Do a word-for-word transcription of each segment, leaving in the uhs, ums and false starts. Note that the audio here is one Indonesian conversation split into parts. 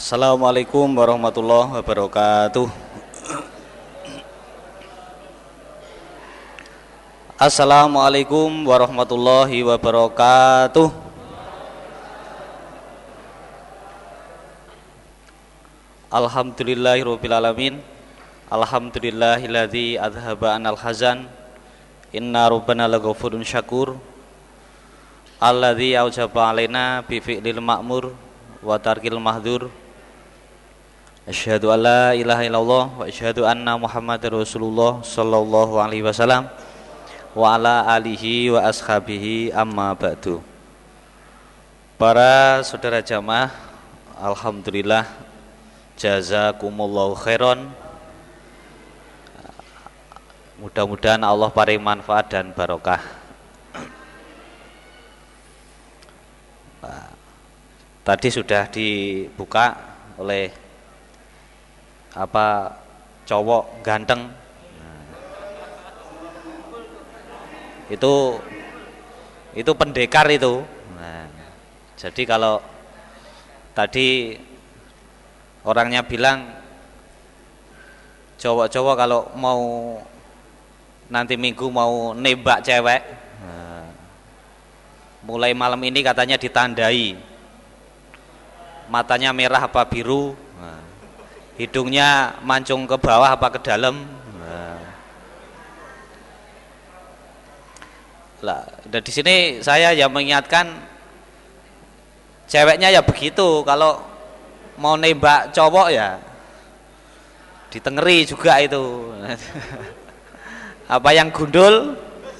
Assalamualaikum warahmatullahi wabarakatuh. Assalamualaikum warahmatullahi wabarakatuh. Alhamdulillahirabbil alamin. Alhamdulillahilladzi adhaba anal hazan. Inna rabbana laghafurun syakur. Alladzi aujaba alaina bi fi'lil ma'mur wa tarkil mahdzur. Asyhadu an la ilaha illallah wa asyhadu anna Muhammadar Rasulullah sallallahu alaihi wasallam wa ala alihi wa ashabihi amma ba'du. Para saudara jamaah, alhamdulillah jazakumullahu khairan. Mudah-mudahan Allah paring manfaat dan barokah. Tadi sudah dibuka oleh apa cowok ganteng. Nah, itu itu pendekar itu. Nah, jadi kalau tadi orangnya bilang cowok-cowok kalau mau nanti minggu mau nembak cewek, nah, mulai malam ini katanya ditandai matanya merah apa biru, nah, hidungnya mancung ke bawah apa ke dalam. Nah, lah, dan di sini saya ya mengingatkan ceweknya ya begitu, kalau mau nembak cowok ya ditengeri juga itu. Apa yang gundul?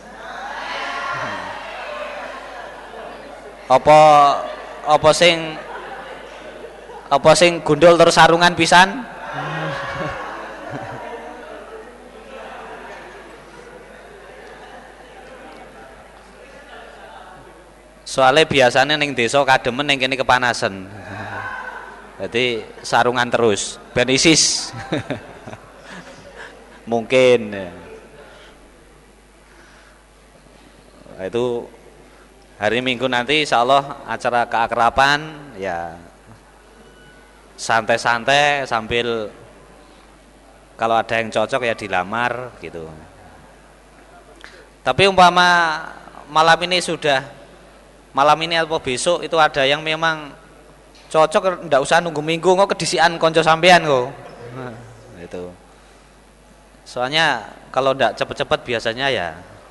Apa apa sing apa sing gundul terus sarungan pisan? Soalnya biasanya ning desa kademen ning kene kepanasan. Jadi sarungan terus, ben isis. Mungkin itu hari Minggu nanti insyaallah acara keakraban ya santai-santai sambil kalau ada yang cocok ya dilamar gitu. Tapi umpama malam ini sudah malam ini atau besok itu ada yang memang cocok, ndak usah nunggu minggu kok kedisian konco sampean kok. Itu. Soalnya kalau ndak cepet-cepet biasanya ya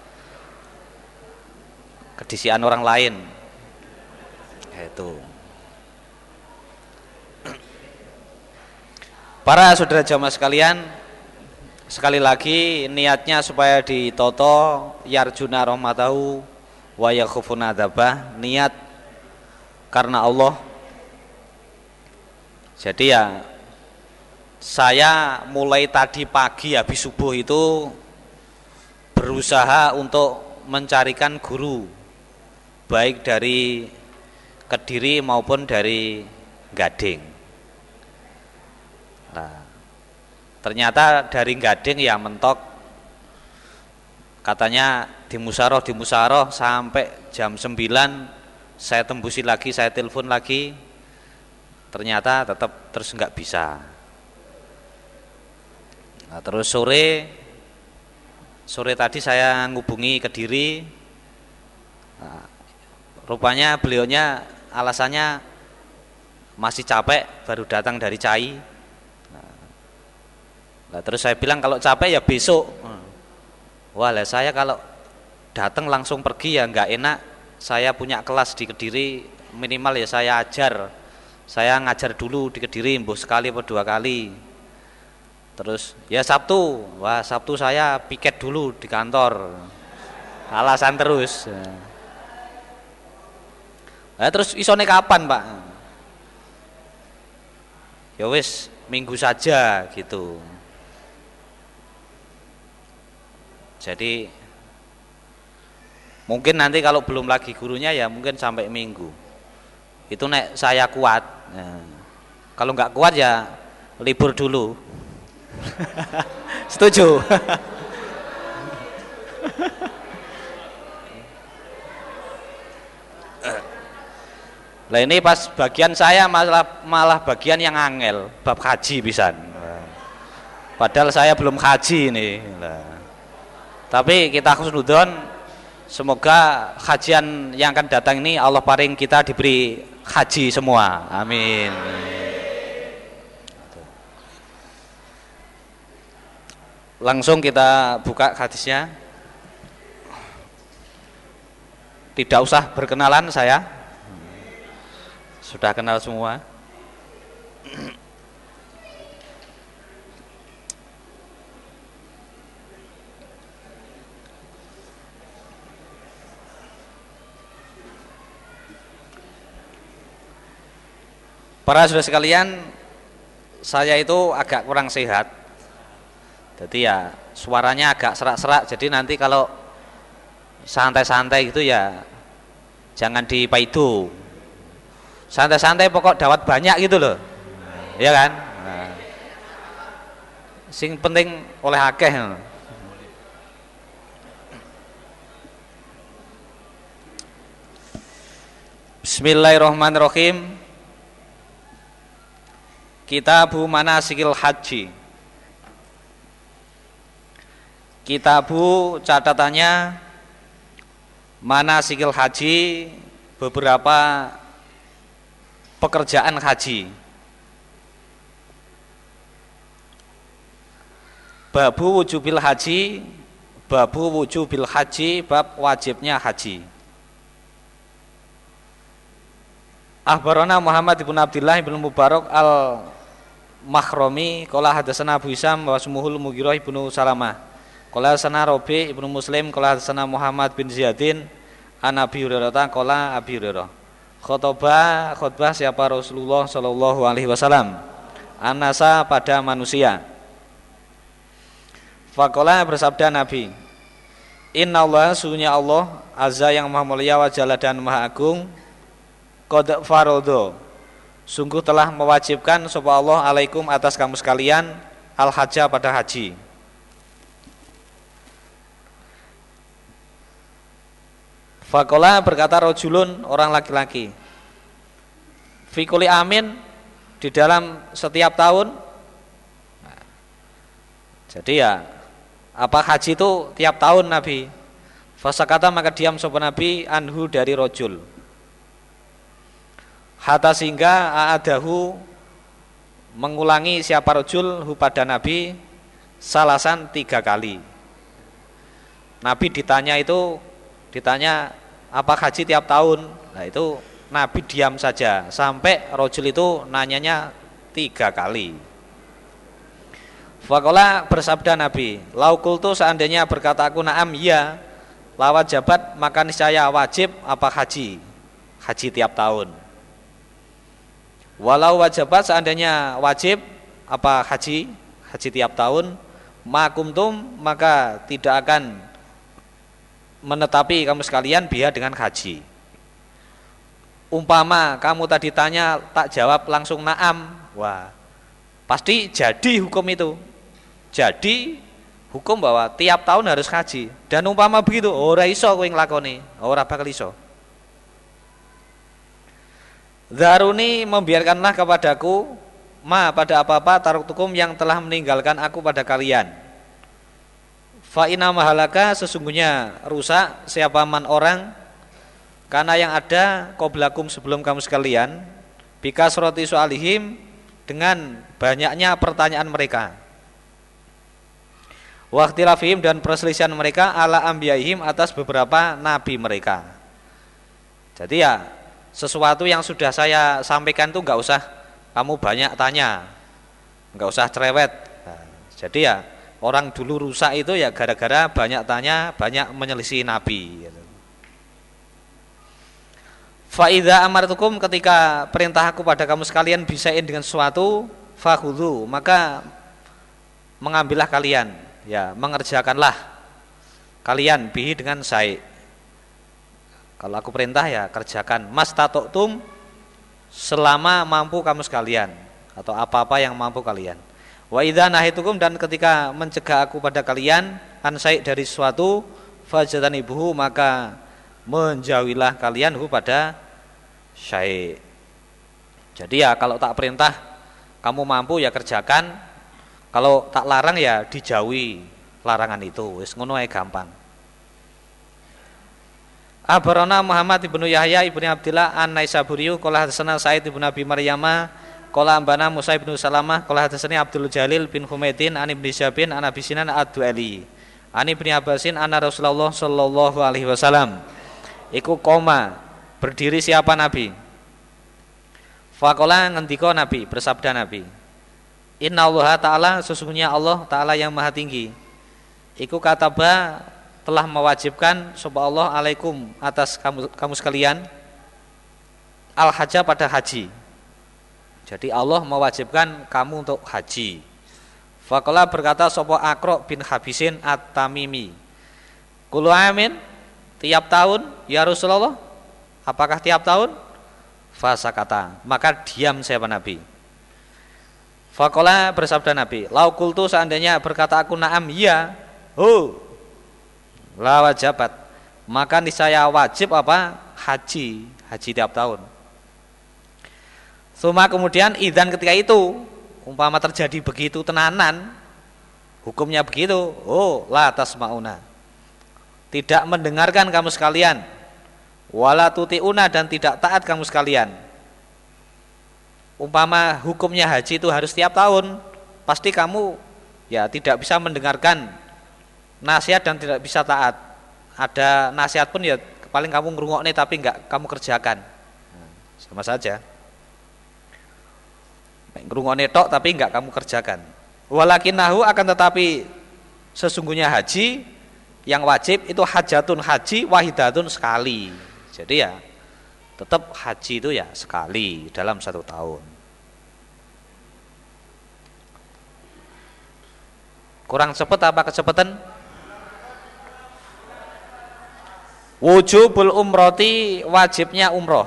kedisian orang lain. Itu. Para saudara jamaah sekalian, sekali lagi niatnya supaya ditoto yarjuna rahmatahu wa yakhufuna adzabah, niat karena Allah. Jadi ya saya mulai tadi pagi habis subuh itu berusaha untuk mencarikan guru baik dari Kediri maupun dari Gading. Nah, ternyata dari Gading ya mentok, katanya dimusaroh dimusaroh sampai jam sembilan saya tembusi lagi, saya telepon lagi, ternyata tetap terus nggak bisa. Nah, terus sore sore tadi saya ngubungi Kediri, nah, rupanya beliaunya alasannya masih capek, baru datang dari Cai. Nah, terus saya bilang kalau capek ya besok. Wah, lah saya kalau datang langsung pergi ya nggak enak. Saya punya kelas di Kediri, minimal ya saya ajar. Saya ngajar dulu di Kediri, mbuh sekali atau dua kali. Terus ya Sabtu, wah Sabtu saya piket dulu di kantor. Alasan terus. Nah, terus isone kapan, Pak? Ya wis, minggu saja gitu. Jadi mungkin nanti kalau belum lagi gurunya ya mungkin sampai minggu. Itu nek saya kuat. Nah, kalau nggak kuat ya libur dulu. Setuju? Lah ini pas bagian saya malah malah bagian yang angel, bab haji pisan. Padahal saya belum haji ini. Lah. Tapi kita husnudzon, semoga kajian yang akan datang ini Allah paring kita diberi haji semua. Amin. Langsung kita buka hadisnya. Tidak usah berkenalan saya. Sudah kenal semua. Para saudara sekalian, saya itu agak kurang sehat. Jadi ya suaranya agak serak-serak. Jadi nanti kalau santai-santai gitu ya jangan dipaidu. Santai-santai pokok dawat banyak gitu loh. Ya kan? Nah. Sing penting oleh akeh. Bismillahirrahmanirrahim. Kitabu Manasikil Haji. Kitabu catatannya Manasikil Haji, beberapa pekerjaan haji. Babu wujubil haji, babu wujubil haji, bab wajibnya haji. Akhbarana Muhammad ibn Abdullah ibn Mubarak al-Makhromi qala hadatsana Abu Isam wa smuhul Mughirah ibnu Salamah qala sana Rabi ibnu Muslim qala hadatsana Muhammad bin Ziyadin an Abi Hurairah qala Abi Hurairah khotbah khutbah siapa Rasulullah sallallahu alaihi wasallam anasa pada manusia. Faqala bersabda Nabi, Inna Allah sunya Allah azza yang maha mulia wa jalla dan maha agung, qad faradha sungguh telah mewajibkan sapa Allah alaikum atas kamu sekalian al hajja pada haji. Faqala berkata rojulun orang laki-laki, fi kulli amin di dalam setiap tahun. Nah, jadi ya apa haji itu tiap tahun Nabi. Fasakata maka diam sapa Nabi anhu dari rojul. Hatta sehingga aadahu mengulangi siapa rojul hu pada Nabi salasan tiga kali. Nabi ditanya itu ditanya apa haji tiap tahun. Nah itu Nabi diam saja sampai rojul itu nanyanya tiga kali. Faqala bersabda Nabi, laukultu seandainya berkata aku na'am ya, lawat jabat maka niscaya wajib apa haji, haji tiap tahun. Walau wajabat seandainya wajib apa haji, haji tiap tahun, makumtum maka tidak akan menetapi kamu sekalian biha dengan haji. Umpama kamu tadi tanya tak jawab langsung na'am, wah pasti jadi hukum itu. Jadi hukum bahwa tiap tahun harus haji. Dan umpama begitu ora iso kowe nglakoni, ora bakal iso. Zaruni membiarkanlah kepadaku ma pada apa-apa taruktukum yang telah meninggalkan aku pada kalian. Fa inna mahalaka sesungguhnya rusak siapa man orang karena yang ada qoblakum sebelum kamu sekalian bikasroti soalihim dengan banyaknya pertanyaan mereka. Waqtilafihim dan perselisihan mereka ala ambiyaihim atas beberapa nabi mereka. Jadi ya sesuatu yang sudah saya sampaikan itu enggak usah kamu banyak tanya, enggak usah cerewet. Nah, jadi ya orang dulu rusak itu ya gara-gara banyak tanya, banyak menyelisih nabi. Fa idza amartukum ketika perintah aku pada kamu sekalian bisain dengan sesuatu, fakhudhu maka mengambillah kalian, ya mengerjakanlah kalian bihi dengan sa'i. Kalau aku perintah ya kerjakan mastata'tum selama mampu kamu sekalian atau apa-apa yang mampu kalian. Wa idza nahitukum dan ketika mencegah aku pada kalian an sa'i dari sesuatu fajtanibuhu maka menjauhilah kalian hu pada syai'. Jadi ya kalau tak perintah kamu mampu ya kerjakan, kalau tak larang ya dijauhi larangan itu. Wis ngono ae gampang. Abarona Muhammad ibnu Yahya ibnu Abdillah an-Naisaburiyu qala hadatsana Sa'id ibnu Abi Maryamah qala ambana Musa ibnu Salamah qala hadatsani Abdul Jalil bin Humaidin an Ibnu Syabin an Abi Sinan ad-Du'ali an Ibnu Abbasin anna Rasulullah sallallahu alaihi wasallam iku koma berdiri siapa Nabi. Faqala ngendika Nabi, bersabda Nabi, Inna Allah Ta'ala, sesungguhnya Allah Ta'ala yang maha tinggi, iku kataba telah mewajibkan sapa Allah alaikum atas kamu, kamu sekalian al-hajjah pada haji. Jadi Allah mewajibkan kamu untuk haji. Faqala berkata sapa Aqra bin Habisin at-Tamimi, Kullu amin, tiap tahun ya Rasulullah, apakah tiap tahun? Fasakata, maka diam siapa Nabi. Faqala bersabda Nabi, lau qultu seandainya berkata aku na'am ya, oh la wajabat, maka niscaya wajib apa? Haji, haji tiap tahun. Suma kemudian idzan ketika itu umpama terjadi begitu tenanan, hukumnya begitu, oh la tasmauna, tidak mendengarkan kamu sekalian, wala tuti'una dan tidak taat kamu sekalian. Umpama hukumnya haji itu harus tiap tahun, pasti kamu ya tidak bisa mendengarkan nasihat dan tidak bisa taat. Ada nasihat pun ya paling kamu ngrungokne tapi enggak kamu kerjakan. Sama saja. Ngrungokne tok tapi enggak kamu kerjakan. Walakinahu, akan tetapi sesungguhnya haji yang wajib itu hajatun, haji wahidatun, sekali. Jadi ya tetap haji itu ya sekali dalam satu tahun. Kurang cepet apa kecepatan? Wujubul umroti, wajibnya umroh.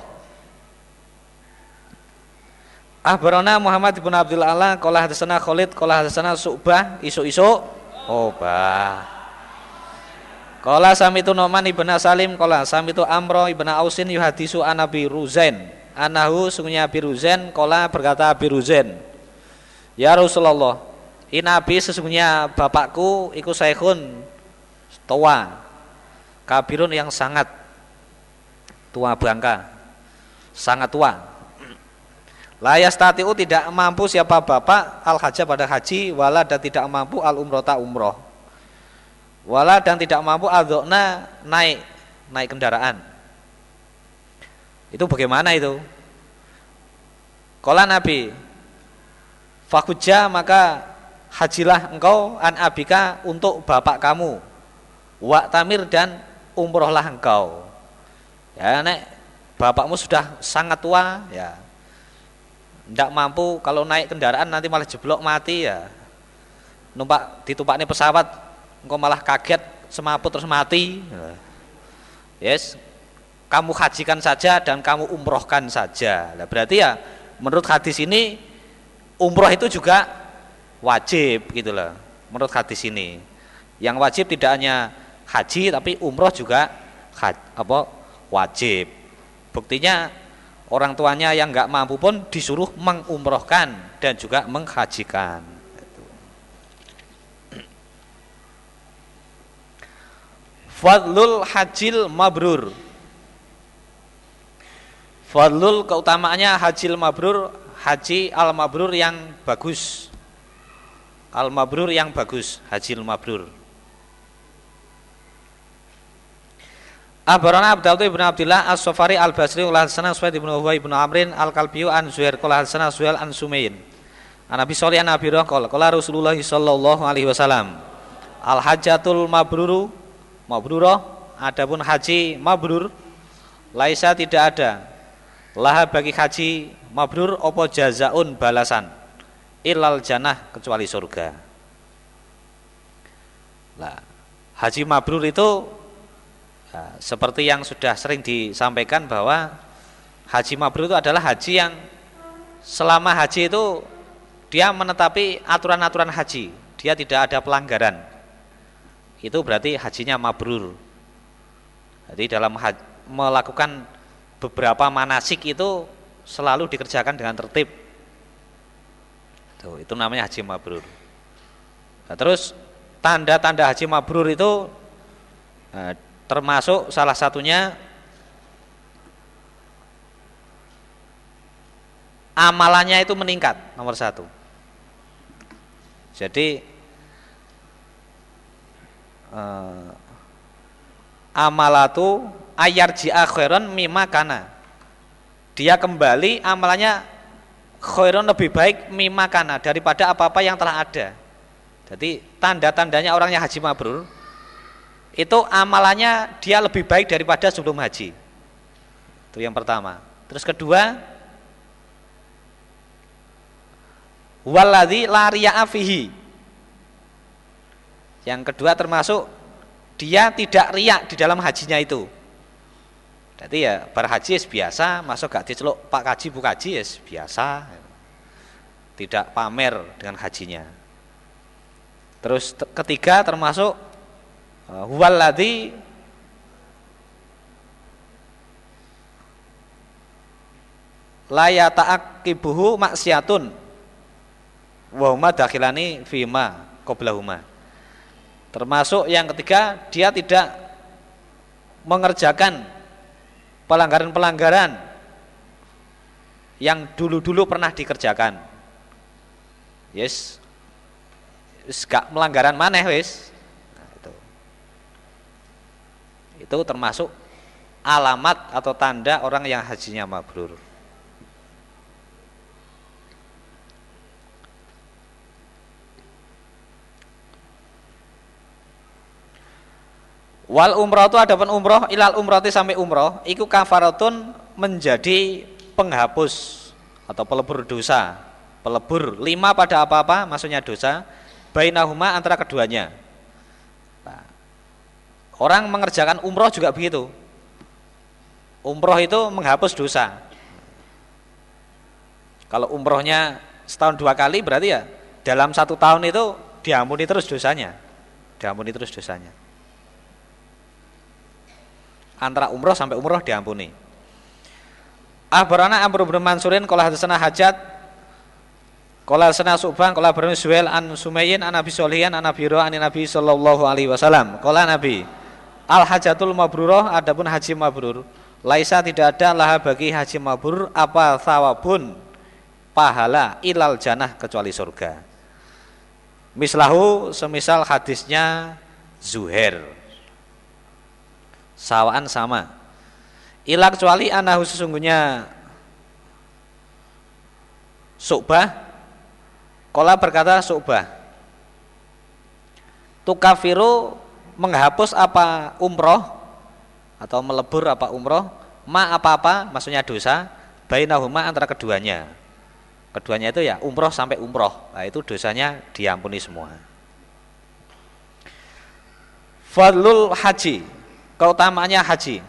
Ahbarana Muhammad bin Abdul Ala qala hadatsana Khalid qala hadatsana Su'bah isu-isu obah. Qala samitu Nu'man ibn Salim qala samitu Amro ibn Ausin yuhadisu an Abi Ruzain anahu, sungguhnya Abi Ruzain qala berkata Abi Ruzain, ya Rasulullah, in Abi, sesungguhnya bapakku iku saikhun, tua, kabirun yang sangat tua bangka, sangat tua. La yastatiu, tidak mampu siapa bapak al hajjah pada haji, wala dan tidak mampu al umrota umroh, wala dan tidak mampu adzona naik naik kendaraan. Itu bagaimana itu? Qala Nabi, fakujja, maka hajilah engkau an abika, untuk bapak kamu, wa tamir, dan umrohlah engkau. Ya nek bapakmu sudah sangat tua ya, tidak mampu, kalau naik kendaraan nanti malah jeblok mati ya, numpak ditumpaknya pesawat engkau malah kaget semaput terus mati. Yes, kamu hajikan saja dan kamu umrohkan saja. Nah, berarti ya menurut hadis ini umroh itu juga wajib gitu loh. Menurut hadis ini yang wajib tidak hanya haji tapi umroh juga haj, apa wajib. Buktinya orang tuanya yang nggak mampu pun disuruh mengumrohkan dan juga menghajikan. Fadlul hajil mabrur. Fadlul, keutamaannya hajil mabrur, haji al mabrur yang bagus. Al mabrur yang bagus, hajil mabrur. Abarana Abdul ibn Abdillah as-Safari al-Basri qala hadatsana Suwaid ibn Huwai ibn Amrin al-Kalbiyu an Zuhair qala hadatsana Suhail an Sumain. An Abi Shalih an Abi Hurairah qala Rasulullah sallallahu alaihi wasallam, al-hajjatul mabruru mabrurah, adapun haji mabrur, laisa tidak ada, laha bagi haji mabrur opo jazaun, balasan, ilal jannah, kecuali surga. Lah, haji mabrur itu ya, seperti yang sudah sering disampaikan bahwa haji mabrur itu adalah haji yang selama haji itu dia menetapi aturan-aturan haji, dia tidak ada pelanggaran. Itu berarti hajinya mabrur. Jadi dalam haji, melakukan beberapa manasik itu selalu dikerjakan dengan tertib. Tuh, itu namanya haji mabrur. Nah, terus tanda-tanda haji mabrur itu nah, termasuk salah satunya amalannya itu meningkat, nomor satu. Jadi eh, amalatu ayarji'a khairan mimma kana. Dia kembali amalannya khairan lebih baik mimma kana, daripada apa-apa yang telah ada. Jadi tanda-tandanya orang yang haji mabrur itu amalannya dia lebih baik daripada sebelum haji. Itu yang pertama. Terus kedua, waladzi la riya'a fihi. Yang kedua termasuk dia tidak riak di dalam hajinya itu. Jadi ya berhaji biasa, masuk gak diceluk Pak Kaji Bu Kaji ya biasa. Tidak pamer dengan hajinya. Terus ketiga termasuk waladzi la yata'aqibuhu maksiatun wa huma dakhilani fima qablahuma. Termasuk yang ketiga, dia tidak mengerjakan pelanggaran-pelanggaran yang dulu-dulu pernah dikerjakan. Yes. Wis gak melanggaran maneh wis. Nah, itu. Itu termasuk alamat atau tanda orang yang hajinya mabrur. Wal umroh itu adapun umroh ilal umrohti sampai umroh iku kafaratun menjadi penghapus atau pelebur dosa. Pelebur lima pada apa-apa maksudnya dosa bainahuma antara keduanya. Nah, orang mengerjakan umroh juga begitu. Umroh itu menghapus dosa. Kalau umrohnya setahun dua kali berarti ya dalam satu tahun itu diampuni terus dosanya. Diampuni terus dosanya. Antara umroh sampai umroh diampuni. Akhbarana Amr bin Mansurin qala hadatsana Hajat qala hadatsana Subhan qala barani Suhail an Sumayyin an Abi Sholihin an Abi Hurairah an Nabi sallallahu alaihi wasallam qala Nabi al hajatul mabrurah adapun haji mabrur laisa tidak ada laha bagi haji mabrur apa thawabun pahala ilal jannah kecuali surga. Mislahu semisal hadisnya Zuhair sawaan sama ila kecuali anahu sesungguhnya Su'bah qala berkata Su'bah tukafiru menghapus apa umroh atau melebur apa umroh ma apa-apa maksudnya dosa bainahuma antara keduanya. Keduanya itu ya umroh sampai umroh. Nah, itu dosanya diampuni semua. Fadlul haji, keutamaannya haji.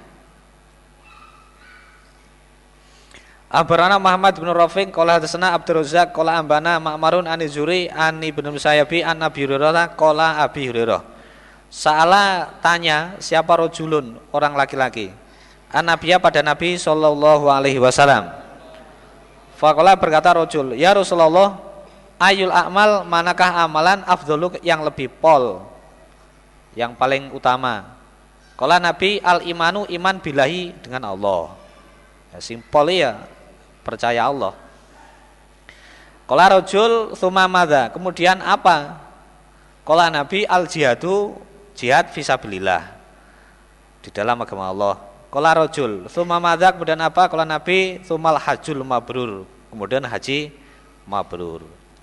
Abarana Muhammad bin Rafiq qala hadatsana Abdul Razzaq qala ambana Ma'marun an Zuri an Ibnu Musayyabi an Abi Hurairah qala Abi Hurairah. Saala tanya siapa rojulun orang laki-laki. An Nabiya pada Nabi sallallahu alaihi wasallam. Faqala berkata rojul, ya Rasulullah, ayul a'mal manakah amalan afdhaluk yang lebih pol, yang paling utama. Qala Nabi al imanu iman billahi dengan Allah. Ya, simpel ya, percaya Allah. Qala rajul tsumma madza? Kemudian apa? Qala Nabi al jihadu jihad fisabilillah di dalam agama Allah. Qala rajul tsumma madza? Kemudian apa? Qala Nabi tsumal hajjul mabrur. Kemudian haji mabrur.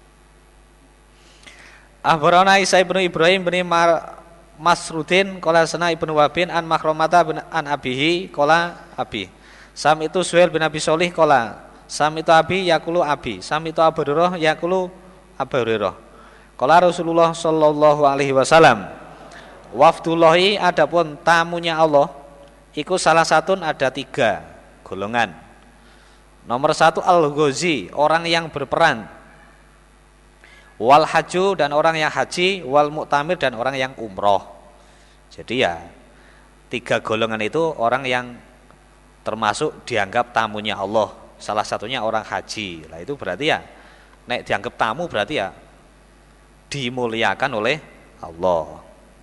Akhbarana Isa ibnu Ibrahim bin Mar Masrudin qala sana ibnu Wabin an Makhramata bin an abihi qala abi. Sam itu Suhail bin Abi Sholih qala sam itu abi yaqulu abi. Sam itu Abu Hurairah yaqulu Abu Hurairah. Qala Rasulullah sallallahu alaihi wasallam. Wafdullahi adapun tamunya Allah iku salah satu ada tiga golongan. Nomor satu al-ghazi, orang yang berperan. Wal haju dan orang yang haji, wal mu'tamir dan orang yang umroh. Jadi ya tiga golongan itu orang yang termasuk dianggap tamunya Allah. Salah satunya orang haji. Lah itu berarti ya nek dianggap tamu berarti ya dimuliakan oleh Allah.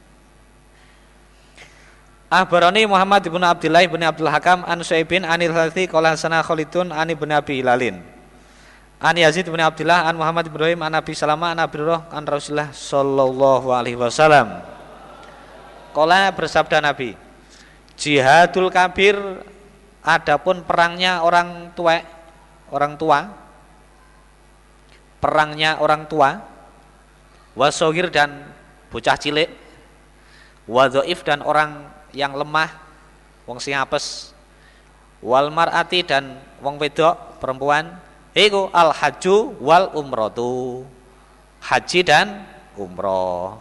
Akhbarani Muhammad ibn Abdullah ibn Abdul Hakam an Su'aibin anil Halathi qala sana Khalidun an ibn Abi Hilalin. An Yazid bin Abdullah an Muhammad Ibrahim an Nabi Salama an Abi Hurairah an Rasulullah sallallahu alaihi wasallam. Qala bersabda Nabi, jihadul kabir, adapun perangnya orang tua, orang tua, perangnya orang tua, wasogir dan bocah cilik, wadhaif dan orang yang lemah, wong sing apes, wal mar'ati dan wong wedok perempuan. Iku al haju wal umrotu, haji dan umroh.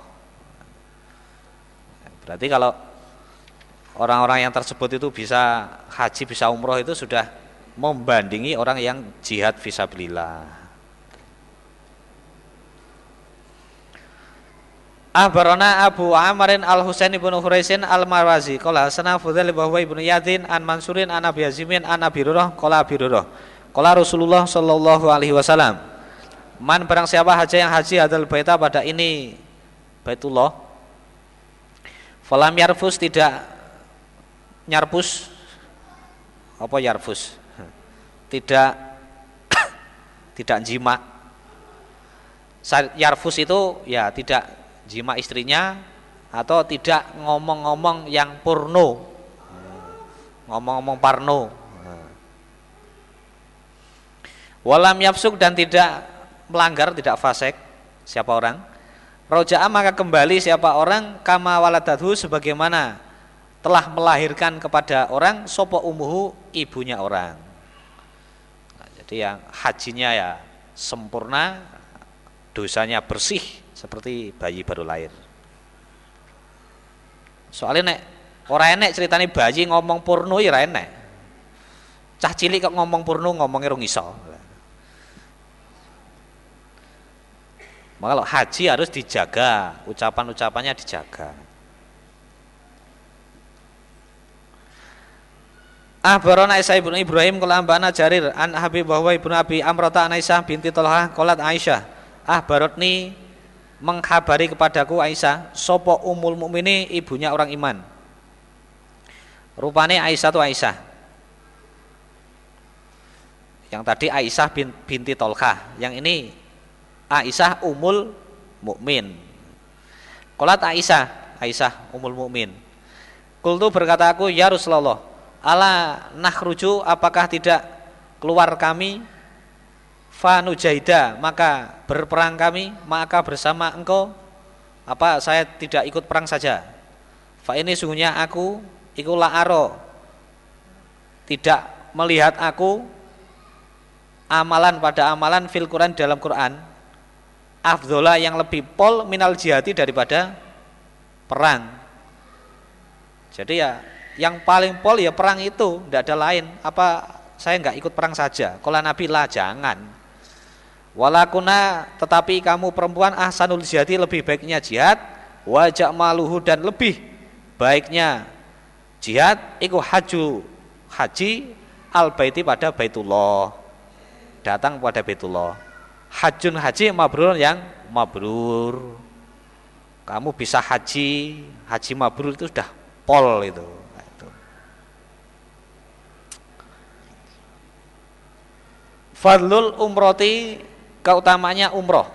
Berarti kalau orang-orang yang tersebut itu bisa haji bisa umroh itu sudah membandingi orang yang jihad fisabilillah. Akhbarana Abu Amrin al-Husain ibn Huraisin al-Marwazi qala sana Fudail ibn Yadin an Mansurin an Abi Hazimin an Abi Hurairah qala Abi Hurairah qala Rasulullah sallallahu alaihi wasallam, man barang siapa haji yang haji hadal baita pada ini Baitullah, falam yarfus tidak nyarpus, apa yarfus? Tidak tidak jima. Yarfus itu ya tidak jima istrinya atau tidak ngomong-ngomong yang porno, ngomong-ngomong parno. Walam yafsuk dan tidak melanggar, tidak fasik. Siapa orang? Roja'a maka kembali siapa orang kama waladadhu sebagaimana telah melahirkan kepada orang sopo umuhu ibunya orang. Nah, jadi yang hajinya ya sempurna, dosanya bersih seperti bayi baru lahir. Soalnya nek ora enek ceritane bayi ngomong porno ya ora enek. Cah cilik kok ngomong porno ngomongnya rong iso. Maka kalau haji harus dijaga, ucapan-ucapannya dijaga. Akhbarana Isa ibnu Ibrahim qala ambana Jarir an Habib bahwa ibnu Abi Amrata an Aisyah binti Talhah qalat Aisyah akhbaratni mengkhabari kepadaku Aisyah sapa ummul mukmini ibunya orang iman. Rupane Aisyah tu Aisyah. Yang tadi Aisyah bin, binti Talhah, yang ini Aisyah umul mukmin. Qalat Aisyah, Aisyah umul mukmin. Qultu berkata aku, ya Rasulullah, ala nakhruju apakah tidak keluar kami fa nujahida maka berperang kami maka bersama engkau, apa saya tidak ikut perang saja. Fa ini sungguhnya aku iku la aro tidak melihat aku amalan pada amalan fil Quran dalam Quran afdhola yang lebih pol minal jihati daripada perang. Jadi ya yang paling pol ya perang itu, tidak ada lain. Apa saya nggak ikut perang saja? Kalau Nabi lah jangan. Walakuna tetapi kamu perempuan ahsanul jihati lebih baiknya jihad, wajak maluhu dan lebih baiknya jihad iku haju haji al baiti pada Baitullah, datang pada Baitullah. Hajun haji mabrur yang mabrur. Kamu bisa haji, haji mabrur itu sudah pol itu. Itu. Fadlul umroti, keutamanya umroh.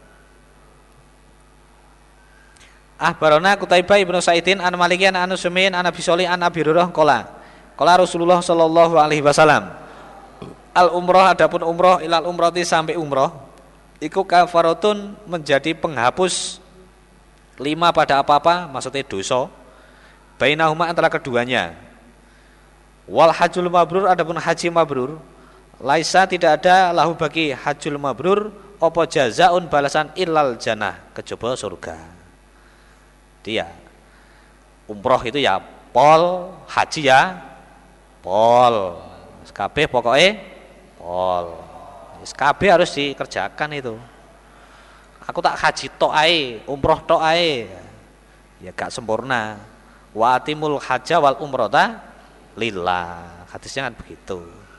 Ahbarana Qutaibah ibnu Sa'idin an Malikin an Usmin an Abi Sholih an Abi Hurairah qala qala Rasulullah sallallahu alaihi wasallam, al umroh adapun umroh ilal umroti sampai umroh iku kafaratun menjadi penghapus lima pada apa-apa, maksudnya dosa bainahuma antara keduanya. Wal hajjul mabrur adapun haji mabrur laisa tidak ada lahu bagi hajjul mabrur apa jazaun balasan illal jannah kejaba surga. Dia umroh itu ya pol, haji ya pol, kabeh pokoknya pol. Kabeh harus dikerjakan itu. Aku tak haji tok ae, umroh tok ae. Ya gak sempurna. Wa atimul hajja wal umrata lillah. Hadisnya kan begitu.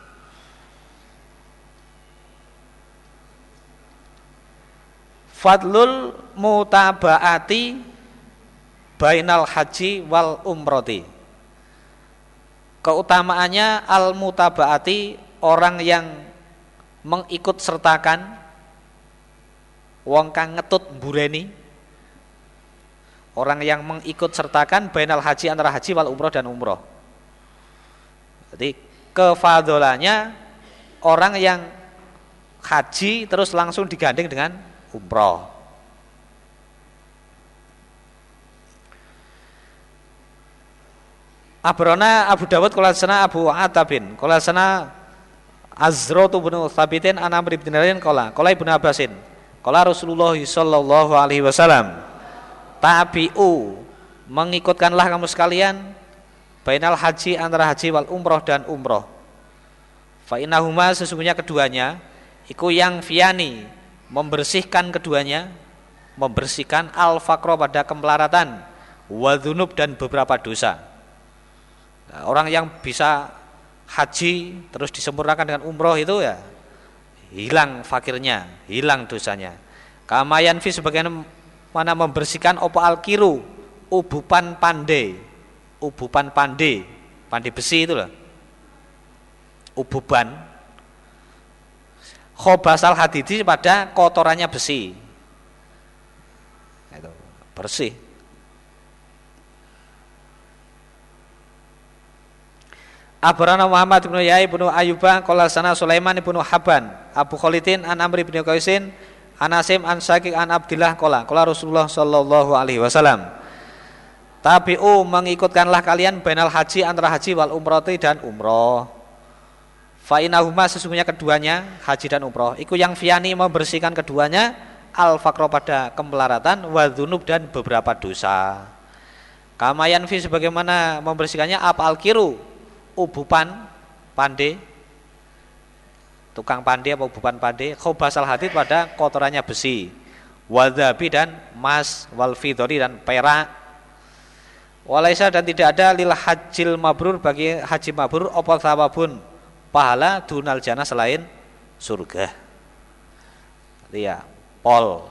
Fadlul mutabaati bainal haji wal umroti. Keutamaannya al mutabaati, orang yang mengikut sertakan, wong kang ngetut mbureni, orang yang mengikut sertakan bainal haji, antara haji wal umroh dan umroh. Jadi kefadolannya orang yang haji terus langsung digandeng dengan umroh. Abrona Abu Dawud qala sana Abu Atabin qala sana Azratu bin Tsabitin an Amr bin Dinarin qala qala Ibnu Abbasin qala Rasulullah sallallahu alaihi wasallam tabi'u, mengikutkanlah kamu sekalian bainal haji, antara haji wal umroh dan umroh. Fa innahuma, sesungguhnya keduanya iku yang fiani, membersihkan keduanya, membersihkan al-faqra, pada kemelaratan, wa dzunub, dan beberapa dosa. Nah, orang yang bisa haji terus disempurnakan dengan umroh itu ya hilang fakirnya, hilang dosanya. Kamayan fi, sebagaimana membersihkan opo al-kiru, ubupan pande, ubupan pande, pande besi itu loh, ububan. Khobasal hadidi, pada kotorannya besi, itu bersih. Abarana Muhammad bin Yahya bin Ayyuba qala sana Sulaiman bin Habban Abu Khalidin an Amr bin Qaisin an Asim an Syakik an Abdillah qala qala Rasulullah sallallahu alaihi wasallam tabi'u, mengikutkanlah kalian bainal haji, antara haji wal umrati, dan umroh. Fa innahuma, sesungguhnya keduanya, haji dan umroh, iku yang fiani, membersihkan keduanya, al faqra, pada kemelaratan, wa dzunub, dan beberapa dosa. Kamayan fi, sebagaimana membersihkannya apa al-kiru, ubupan pande, tukang pande apa ubupan pande, khobasal hadid, pada kotorannya besi, wadhabi, dan emas, wal fidori, dan perak. Walaisa, dan tidak ada lil hajjil mabrur, bagi haji mabrur, apa thawabun, pahala, dunal jannah, selain surga. Iya, pol.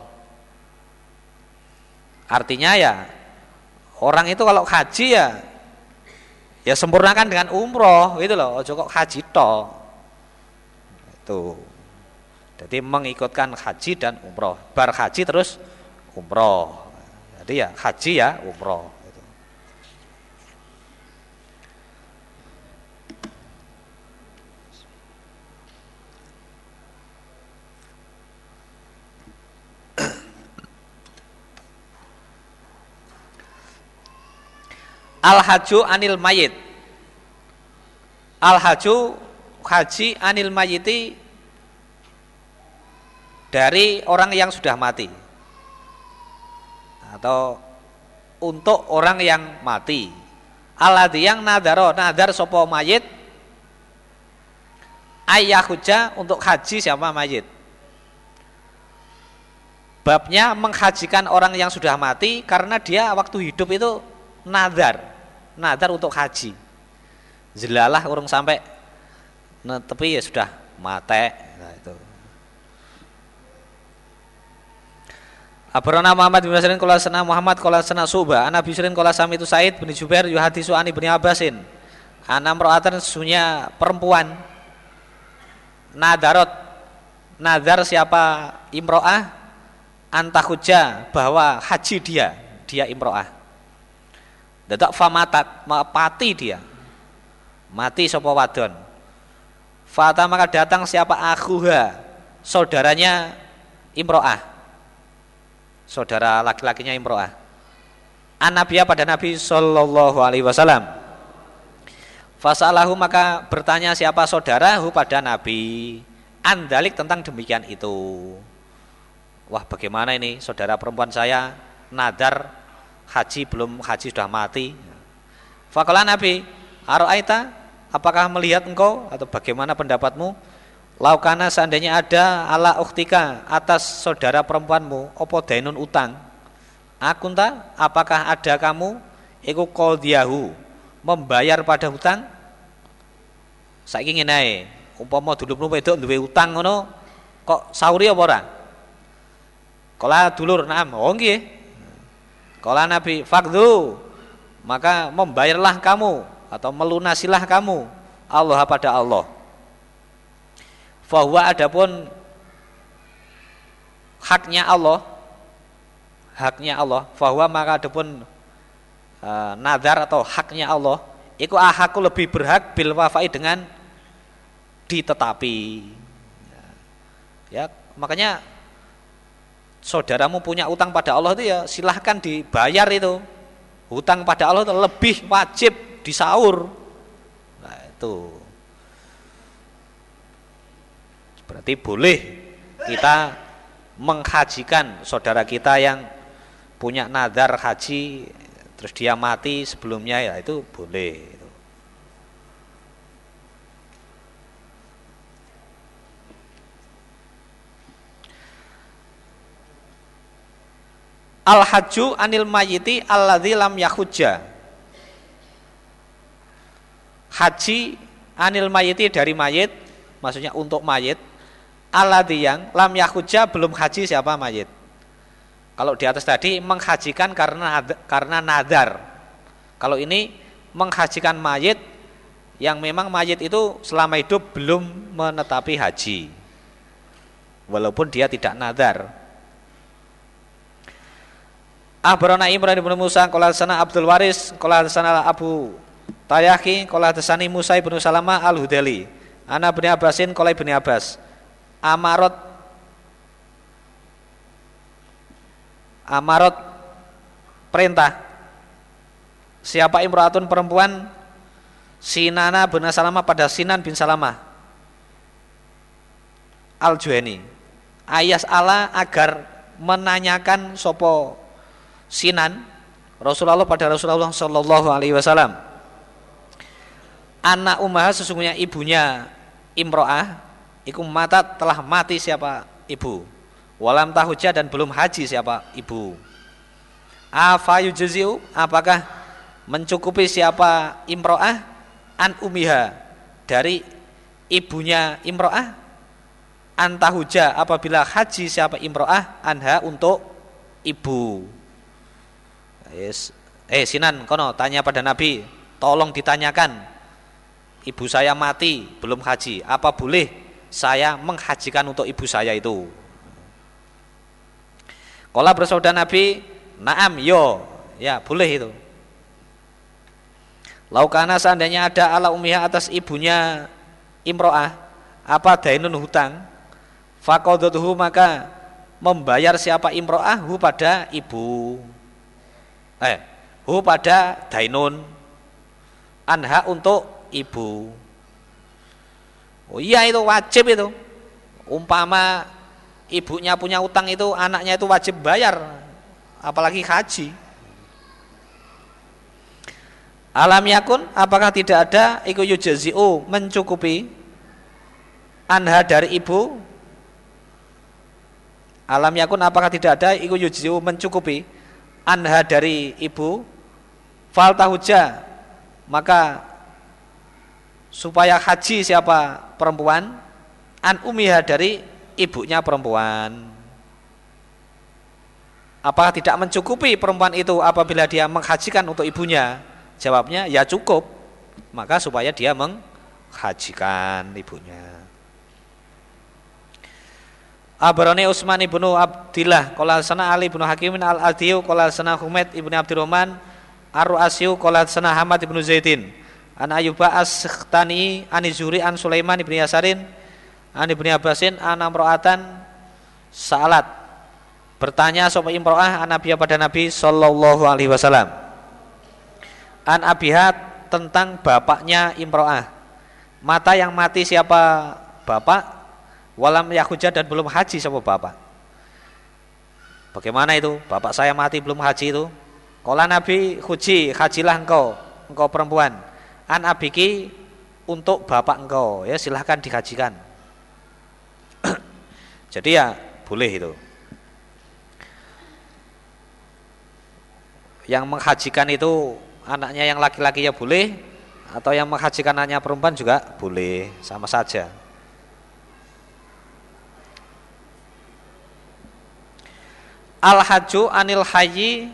Artinya ya orang itu kalau haji ya ya sempurnakan dengan umroh gitu loh, ojo kok haji tok. Itu. Jadi mengikutkan haji dan umroh. Bar haji terus umroh. Jadi ya haji ya umroh. Al-haju anil mayit. Al-haju, haji anil mayiti, dari orang yang sudah mati, atau untuk orang yang mati. Alladzi, yang nadaro, nadar sopo mayit, ayyahuja, untuk haji siapa mayit. Babnya menghajikan orang yang sudah mati, karena dia waktu hidup itu nadar, nadar untuk haji. Jelalah urung sampai netepi ya sudah mate. Nah, itu. Abarana Muhammad bin Basrin qala sana Muhammad qala sana Subah ana Bisrin qala sami itu Said bin Jubair yuhadisu ani bin Abbasin ana mra'atan, sesungguhnya perempuan nadarot, nadar siapa imro'ah, antahujja, bahwa haji dia, dia imro'ah. Dadak famatat, mati dia, mati sapa wadon. Fata, maka datang siapa akhuha, saudaranya imro'ah, saudara laki-lakinya imro'ah, an-nabiyya, pada Nabi sallallahu alaihi wasallam. Fasalahu, maka bertanya siapa saudarahu pada Nabi, andalik, tentang demikian itu. Wah, bagaimana ini saudara perempuan saya nadar haji, belum haji sudah mati. Faqala Nabi, ara'aita, apakah melihat engkau, atau bagaimana pendapatmu, laukana, seandainya ada, ala ukhtika, atas saudara perempuanmu, opo dainun, utang, akunta, apakah ada kamu, iku qadhiyahu, membayar pada hutang. Saiki ngene ae, umpama dulurmu wedok duwe utang ngono, kok sauri apa ora? Kala dulur, "Na'am." Oh nggih. Kala Nabi, "Faqdu." Maka membayarlah kamu atau melunasilah kamu Allah pada Allah. Fahuwa adapun haknya Allah, haknya Allah, fahuwa maka adapun e, nadar atau haknya Allah, iku ahaku lebih berhak bil wafai dengan ditetapi. Ya, makanya saudaramu punya utang pada Allah itu ya silahkan dibayar itu. Hutang pada Allah itu lebih wajib disaur. Nah, itu berarti boleh kita menghajikan saudara kita yang punya nadar haji terus dia mati sebelumnya, ya itu boleh. Al-hajju anil mayyiti alladzi lam yahujja. Haji anil mayyiti dari mayit, maksudnya untuk mayit, alladzi yang lam yahujja belum haji siapa mayit. Kalau di atas tadi menghajikan karena karena nadar. Kalau ini menghajikan mayit yang memang mayit itu selama hidup belum menetapi haji. Walaupun dia tidak nadar. Akhbarana Imran bin Musa qala sana Abdul Waris qala sana Abu Tayyaki qala tsani Musa bin Salamah Al-Hudali ana bin Abbasin qala bin Abbas Amarot Amarot perintah siapa imraatun perempuan Sinana bin Salamah pada Sinan bin Salamah Al-Juhani ayas ala agar menanyakan sopo Sinan Rasulullah pada Rasulullah Shallallahu Alaihi Wasallam anak umah sesungguhnya ibunya Imro'ah iku mata telah mati siapa ibu walam tahujah dan belum haji siapa ibu afayu jaziu apakah mencukupi siapa Imro'ah an umiha dari ibunya Imro'ah an tahujah apabila haji siapa Imro'ah anha untuk ibu. Yes. Eh Sinan kono tanya pada Nabi, tolong ditanyakan ibu saya mati belum haji, apa boleh saya menghajikan untuk ibu saya itu? Qala bersabda Nabi, "Na'am, yo." Ya, boleh itu. Laukana seandainya ada ala ummiha atas ibunya Imro'ah apa dainun hutang, faqadatuhu maka membayar siapa Imro'ah hu pada ibu. Eh, hu pada dainun anha untuk ibu. Oh iya itu wajib itu. Umpama ibunya punya utang itu anaknya itu wajib bayar, apalagi haji. Alam yakun apakah tidak ada iku yujazi'u mencukupi anha dari ibu? Alam yakun apakah tidak ada iku yujazi'u mencukupi anha dari ibu fal tahujja maka supaya haji siapa perempuan an umiha dari ibunya perempuan. Apakah tidak mencukupi perempuan itu apabila dia menghajikan untuk ibunya? Jawabnya ya cukup, maka supaya dia menghajikan ibunya. Abarani Utsman ibnu Abdillah qala sana Ali ibnu Hakimin al-Adiyu qala sana Humaid ibnu Abdurrahman ar-Ru'asyu qala sana Hamad ibnu Zaidin an Ayyuba as-Sikhtani an Zuhri an Sulaiman ibnu Yasarin an ibnu Abbasin an amra'atan sa'alat bertanya sapa imra'ah an Nabi pada Nabi sallallahu alaihi wasallam an abihat tentang bapaknya imra'ah. Mata yang mati siapa bapak? Walam yahujah dan belum haji sama bapak. Bagaimana itu? Bapak saya mati belum haji itu. Qala Nabi huji, hajilah engkau, engkau perempuan. An abiki untuk bapak engkau, ya silahkan dihajikan. Jadi ya boleh itu. Yang menghajikan itu anaknya yang laki-laki ya boleh, atau yang menghajikan hanya perempuan juga boleh, sama saja. Al-haju anil hayyi,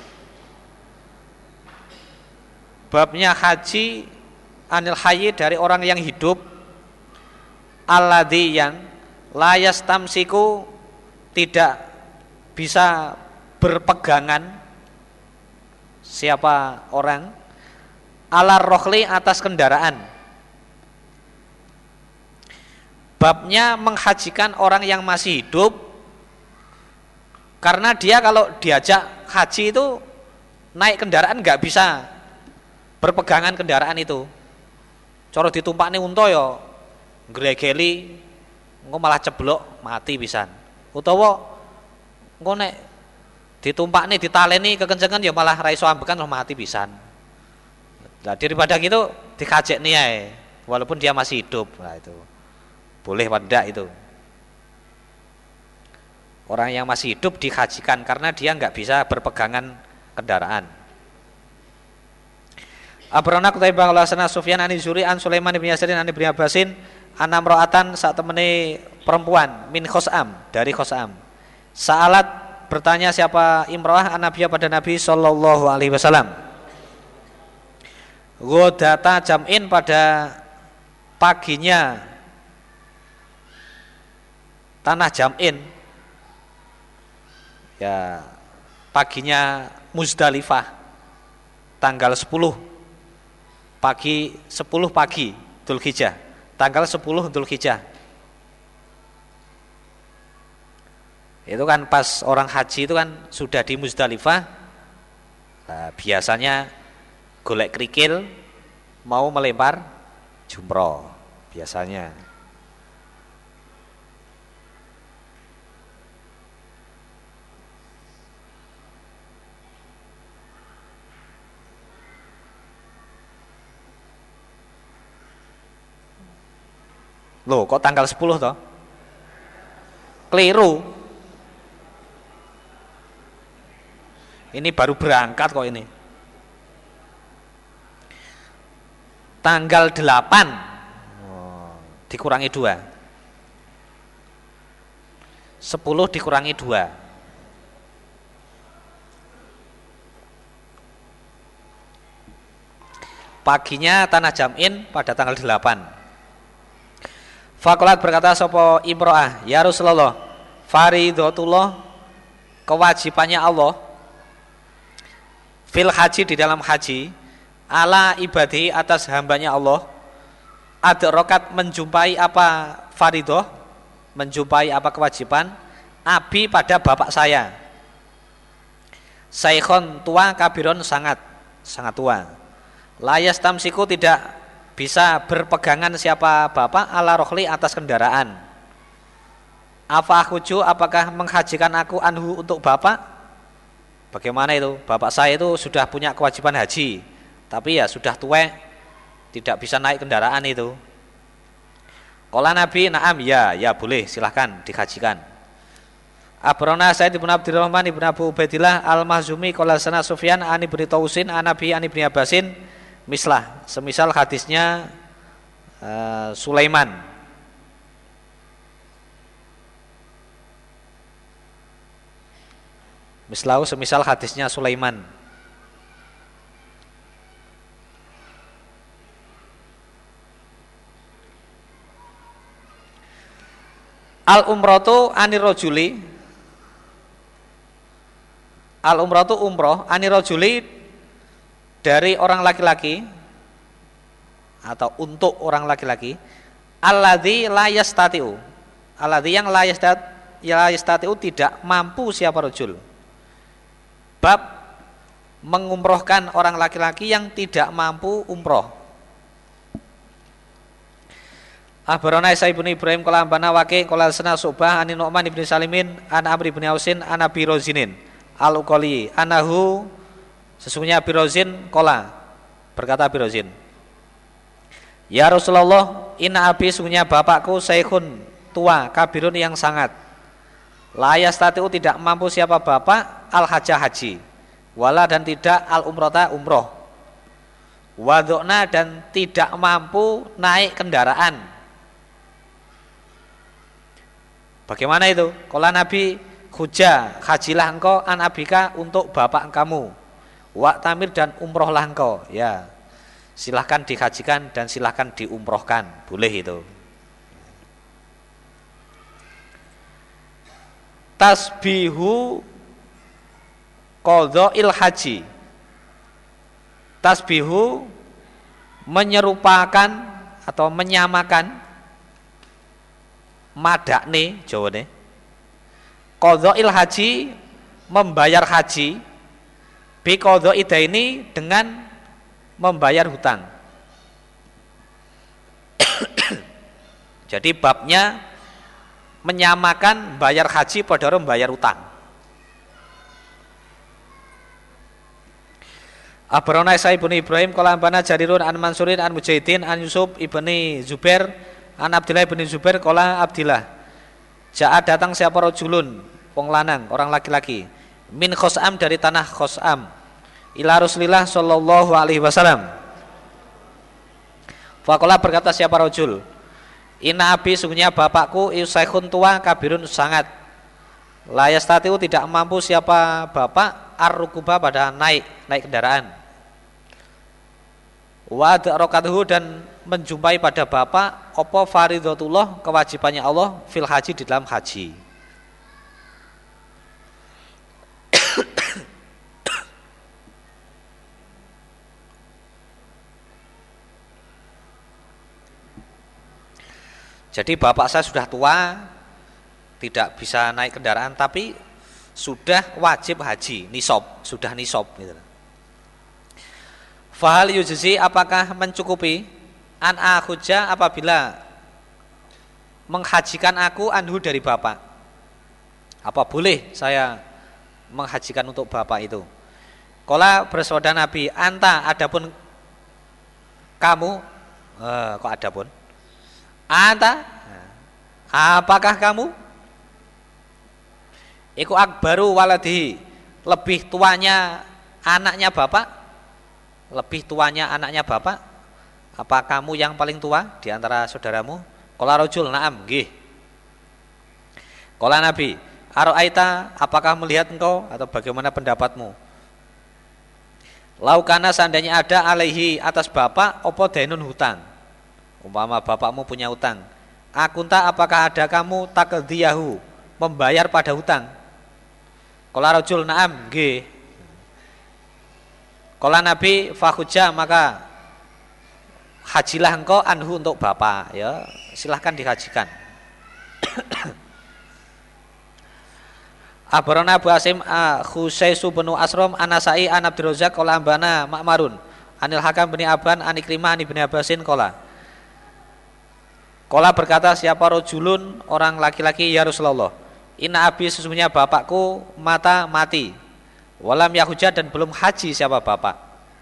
babnya haji anil hayyi dari orang yang hidup, alladzi yang la yastamsiku tidak bisa berpegangan, siapa orang, ala rohli atas kendaraan. Babnya menghajikan orang yang masih hidup, karena dia kalau diajak haji itu naik kendaraan nggak bisa berpegangan kendaraan itu. Coro ditumpakne unta ya gregeli, engko malah ceblok mati pisan. Utawa engko nek ditumpakne ditaleni kekencengan ya malah ra iso ambekan mati pisan. Nah, daripada gitu dikajekne ae walaupun dia masih hidup. Nah, itu boleh apa enggak itu? Orang yang masih hidup dihajikan karena dia nggak bisa berpegangan kendaraan. Abrana kutaibah ulasana Sufyan ani Zuri an Sulaiman bin Yasarin an Ibnu Abbasin anam ro'atan saat temani perempuan min Khosam dari Khosam. Sa'alat bertanya siapa imro'ah an Nabiya pada Nabi sallallahu alaihi wasallam. Ghodata jam'in pada paginya tanah jam'in, ya paginya Muzdalifah tanggal sepuluh pagi, sepuluh pagi Dzulhijjah, tanggal sepuluh Dzulhijjah. Itu kan pas orang haji itu kan sudah di Muzdalifah. Nah, biasanya golek kerikil mau melempar jumroh biasanya. Loh, kok tanggal sepuluh toh? Keliru. Ini baru berangkat kok ini. Tanggal delapan. Oh, dikurangi dua. sepuluh dikurangi dua. Paginya tanah jam'in pada tanggal delapan. Fakolat berkata sopo imro'ah, ya Rasulullah, faridotullah, kewajibannya Allah fil haji, di dalam haji, ala ibadi, atas hambanya Allah, adrokat, menjumpai apa faridoh, menjumpai apa kewajiban, abi pada bapak saya, saikhon, tua, kabiron, sangat sangat tua, layas tamsiku, tidak bisa berpegangan siapa bapak, ala rohli, atas kendaraan. Apa akuju, apakah menghajikan aku anhu, untuk bapak? Bagaimana itu? Bapak saya itu sudah punya kewajiban haji, tapi ya sudah tua, tidak bisa naik kendaraan itu. Qala Nabi, na'am, ya, ya boleh, silahkan dihajikan. Abrona Said ibn Abdurrahman ibn Abu Ubaidillah al-Mahzumi qala sana Sufyan an ibn Tausin an Nabi an ibn Abbasin mislah, semisal hadisnya uh, Sulaiman. Mislahu, semisal hadisnya Sulaiman. Al umratu anir rajuli, al umratu umroh anir rajuli, dari orang laki-laki atau untuk orang laki-laki, alladzi la yastati'u, alladzi yang la yastati'u, tidak mampu siapa rajul. Bab mengumrohkan orang laki-laki yang tidak mampu umroh. Akhbarana Isa ibnu Ibrahim qala ambana waqi qala sana Subah an Nu'man ibnu Salimin an Amr ibnu Ausin an Abi Rozinin al-Uqali anahu, sesungguhnya Abi Rozin qala, berkata Abi Rozin, ya Rasulullah, inna abi, sesungguhnya bapakku, saikhun, tua, kabirun, yang sangat, la yastati'u, tidak mampu siapa bapak, al hajjah, haji, wala, dan tidak al umrata, umroh. wadokna dan tidak mampu naik kendaraan. Bagaimana itu? Kala Nabi, huja, hajilah engkau an abika untuk bapak kamu. Wa tamir dan umrohlah engkau. Ya, silahkan dihajikan dan silahkan diumrohkan, boleh itu. Tasbihu qadha'il haji. Tasbihu menyerupakan atau menyamakan madakne jawane qadha'il haji, membayar haji, bi qadha'i daini, dengan membayar hutang. Jadi babnya menyamakan bayar haji pada orang bayar hutang. Abarona Isa ibni Ibrahim qala ambana Jarirun an Mansurin an Mujahidin an Yusuf ibni Zubair an Abdillah ibni Zubair qala Abdillah, ja'a datang siapa rajulun, wong lanang, orang laki-laki, min Khos'am, dari tanah Khos'am, ila Rasulillah sallallahu alaihi wasallam. Faqala, berkata siapa rajul, inna abi, sungguhnya bapakku, isaikhun, tua, kabirun, sangat, la yastatiu, tidak mampu siapa bapak, ar-rukuba, pada naik naik kendaraan, wa adrakatuhu, dan menjumpai pada bapak opo faridatullah, kewajibannya Allah, fil haji, di dalam haji. Jadi bapak saya sudah tua, tidak bisa naik kendaraan, tapi sudah wajib haji, nisab, sudah nisab gitu. Fahal yujzi, apakah mencukupi, an akhuja, apabila menghajikan aku, anhu, dari bapak, apa boleh saya menghajikan untuk bapak itu? Qala, bersabda Nabi, anta, adapun kamu, eh, kok adapun? Anta, apakah kamu? Iku akbaru waladihi, lebih tuanya anaknya bapak, lebih tuanya anaknya bapak. Apa kamu yang paling tua di antara saudaramu? Qala rajul, na'am, nggih. Qala Nabi, ara'aita, apakah melihat engkau atau bagaimana pendapatmu? Laukana, seandainya ada, alaihi, atas bapak, opo dainun, hutang. Umpama bapakmu punya hutang, akunta, apakah ada kamu, takdiyahu, membayar pada hutang? Qala rajul, na'am, nggih. Qala Nabi, fakhujja, maka hajilah engkau anhu, untuk bapak, ya, silahkan dihajikan. Abarana Abu Asim Khusaisu bin Asram Anasai an Abdul Razak qala ambana Ma'marun anil Hakam bin Aban an Ikrimah an Ibnu Abbasin qala. Qala, berkata siapa rajulun, orang laki-laki, ya Rasulullah, inna abi, sesungguhnya bapakku, mata mati, walam yahujah, dan belum haji siapa bapak.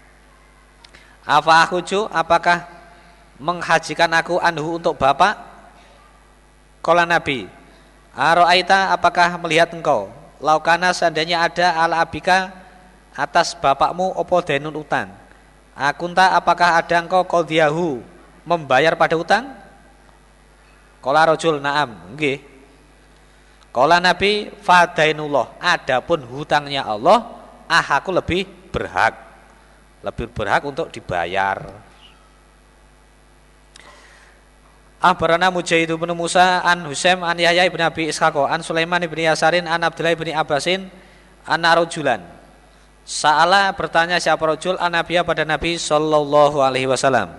Afa ahuju, apakah menghajikan aku anhu, untuk bapak? Qala Nabi, ara'aita, apakah melihat engkau, laukana, seandainya ada, ala abika, atas bapakmu, opo dainun, utang, akunta, apakah ada engkau, qadhiyahu, membayar pada utang? Qala rajul, na'am, nggih. Qala Nabi, fadainullah, adapun hutangnya Allah, ah aku lebih berhak, lebih berhak untuk dibayar. Akhbarana Mujahid bin Musa an Husaim an Yahya bin Abi Ishaq an Sulaiman bin Yasarin an Abdullah bin Abbasin an rajulan. Sa'ala, bertanya siapa rajul, an Nabiya, pada Nabi sallallahu alaihi wasallam.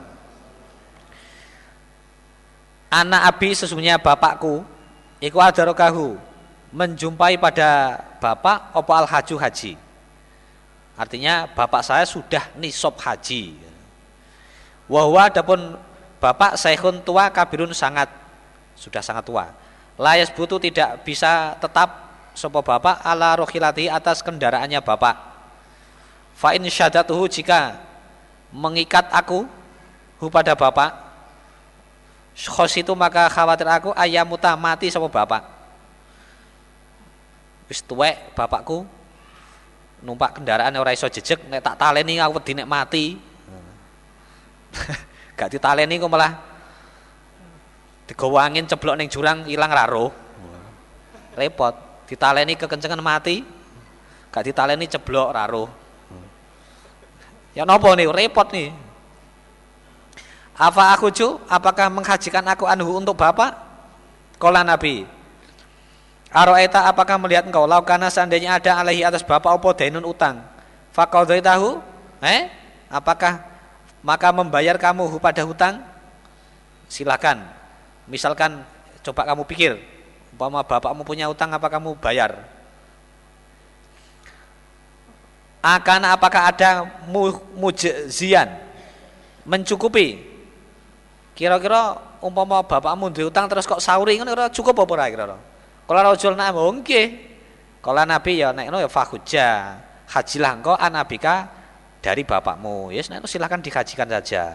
Anak abi, sesungguhnya bapakku, iku adarokahu, menjumpai pada bapak opo al haju, haji. Artinya bapak saya sudah nisab haji. Wahwa, adapun bapak, saikhun, tua, kabirun, sangat, sudah sangat tua. Layas butuh, tidak bisa tetap sapa bapak, ala rohilati, atas kendaraannya bapak. Fa in syadatuhu, jika mengikat aku hu, pada bapak, khos itu, maka khawatir aku, ayamuta, mati sama bapak. Wis tuwek bapakku, numpak kendaraan ora iso jejeg, nek tak taleni aku wedi nek mati. Gak ditaleni kok malah digawa angin ceblok ning jurang ilang ra roh. Repot, ditaleni kekencengan mati. Gak ditaleni ceblok ra roh. Ya napa nih repot nih. Apa aku cu, apakah menghajikan aku anhu untuk bapak? Qala Nabi. Aro'aita apakah melihat engkau laukana seandainya ada alaihi atas bapak opo dainun utang. Faqadaitahu? Eh? Apakah maka membayar kamu pada hutang? Silakan. Misalkan coba kamu pikir, umpama bapakmu punya utang apa kamu bayar? Akan apakah ada mujzian mencukupi? Kira-kira umpama bapakmu duwe utang terus kok sauri ngono ora cukup apa ora kira-kira? Kala rajul nak nggih. Kala Nabi ya nek ngono ya fahujja. Hajilah engkau anabika dari bapakmu. Yes, nek silakan dihajikan saja.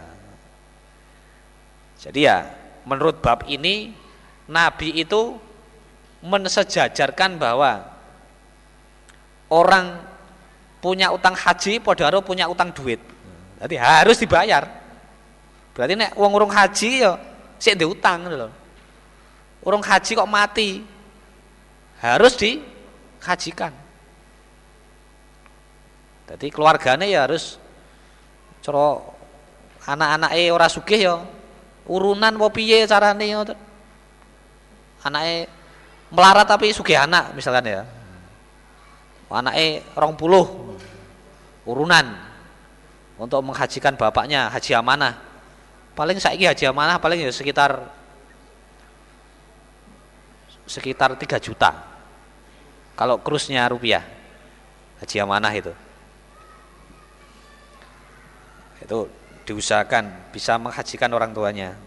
Jadi ya menurut bab ini Nabi itu mensejajarkan bahwa orang punya utang haji padha karo punya utang duit. Jadi harus dibayar. Berarti nek wong urung haji ya sik ndek utang ngono lho. Urung haji kok mati. Harus dihajikan. Jadi keluargane ya harus cara anak-anake ora sugih ya urunan apa piye carane ya. Anake melarat tapi sugih anak misalkan ya. Anake rong puluh urunan untuk menghajikan bapaknya haji amanah. Paling saiki haji amanah paling ya sekitar sekitar tiga juta. Kalau kursnya rupiah. Haji amanah itu. Itu diusahakan bisa menghajikan orang tuanya.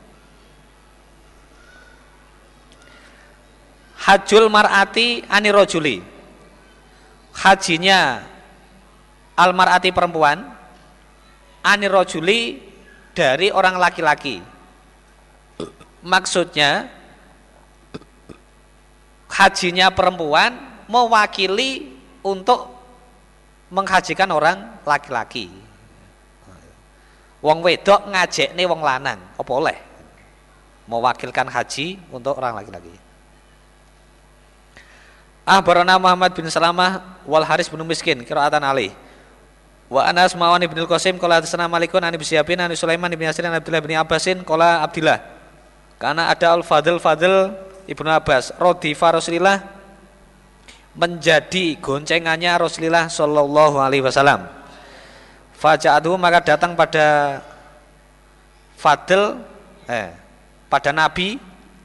Hajjul mar'ati ani rajuli. Hajinya al mar'ati perempuan ani rajuli dari orang laki-laki. Maksudnya hajinya perempuan mewakili untuk menghajikan orang laki-laki. Wong wedok ngajekne wong lanang, apa oleh mewakilkan haji untuk orang laki-laki. Ahbarana Muhammad bin Salamah wal Haris bin Miskin qiraatan alih. Wa Anas mawani bin Qasim qala hadatsana Malikun an Ibnu Syihab an Sulaiman bin Yasir an Abdullah bin Abbasin qala Abdullah. Karena ada al-Fadl Fadl Ibnu Abbas rodifa Rasulillah menjadi goncengannya Rasulullah sallallahu alaihi wasallam. Faja'atuhu maka datang pada Fadl eh pada Nabi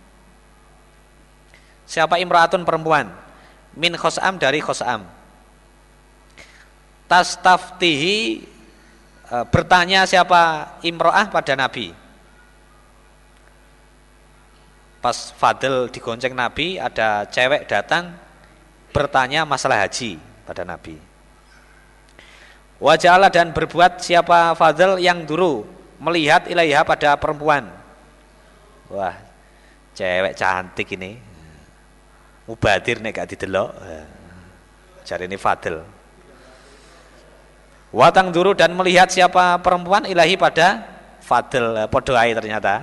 siapa imraatun perempuan min Khos'am dari Khos'am. Tastaftihi e, bertanya siapa imro'ah pada Nabi. Pas Fadl digonceng Nabi ada cewek datang bertanya masalah haji pada Nabi. Waja'ala dan berbuat siapa Fadl yang dulu melihat ilaiha pada perempuan. Wah, cewek cantik ini. Mubadir nek gak didelok. Cari ini Fadl. Watang duru dan melihat siapa perempuan ilahi pada Fadl. Podo ae ternyata.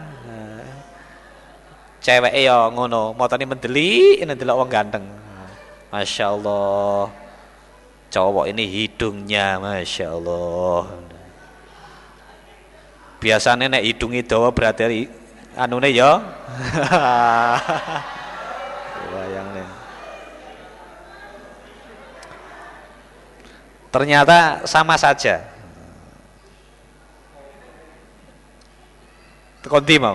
Cewek ya ngono, motone mendeli ini delok wong ganteng. Masya Allah. Cowok ini hidungnya Masya Allah. Biasanya nek hidungi dawa berarti anune ya. Bayangnya. Ternyata sama saja. Tekondi mau.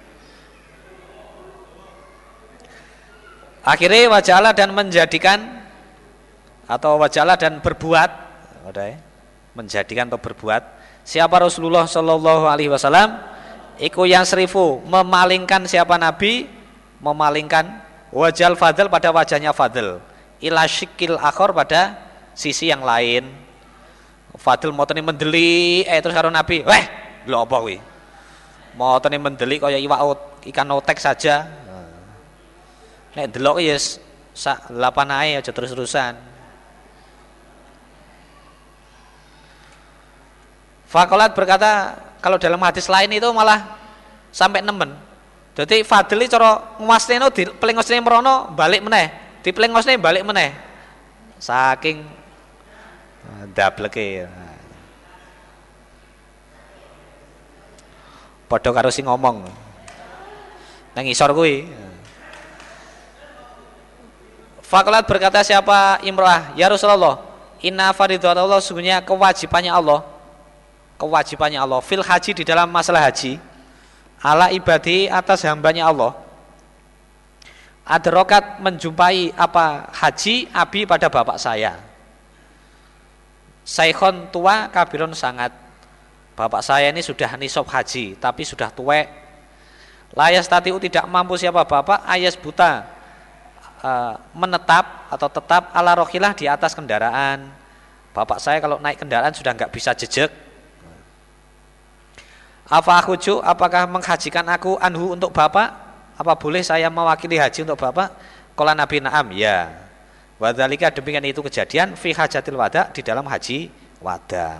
Akhirnya wajalah dan menjadikan atau wajalah dan berbuat, menjadikan atau berbuat siapa Rasulullah Shallallahu Alaihi Wasallam, iku yang serifu memalingkan siapa Nabi, memalingkan wajal Fadl pada wajahnya Fadl, ila syikil akhor pada sisi yang lain. Fadl motone mendeli, eh terus karo Nabi, weh, lho apa kuwi? Motone mendeli kaya iwak ikan otek saja. Nek delok ya sak lapan ae aja terus-terusan. Faqalat berkata kalau dalam hadis lain itu malah sampai nemen. Jadi fadli cara nguasne no di pelengosne merono balik meneh, di pelengosne balik meneh. Saking ndableke. Padha karo sing ngomong. Nang isor kuwi. Faqalat berkata siapa Imra'ah, ya Rasulullah, inna faridatullah, sesungguhnya kewajibannya Allah, kewajibannya Allah fil haji, di dalam masalah haji, ala ibadi, atas hambanya Allah, adrokat, menjumpai apa haji abi pada bapak saya, saikhon, tua, kabiron, sangat. Bapak saya ini sudah nisab haji tapi sudah tuwek. Layas tatiu, tidak mampu siapa bapak, ayas buta, Uh, menetap atau tetap ala rohilah, di atas kendaraan. Bapak saya kalau naik kendaraan sudah nggak bisa jejak. Apa aku ju, apakah menghajikan aku anhu, untuk bapak? Apa boleh saya mewakili haji untuk bapak? Qala Nabi, na'am, ya. Wadzalika, demikian itu kejadian fi hajatil wada, di dalam haji wada.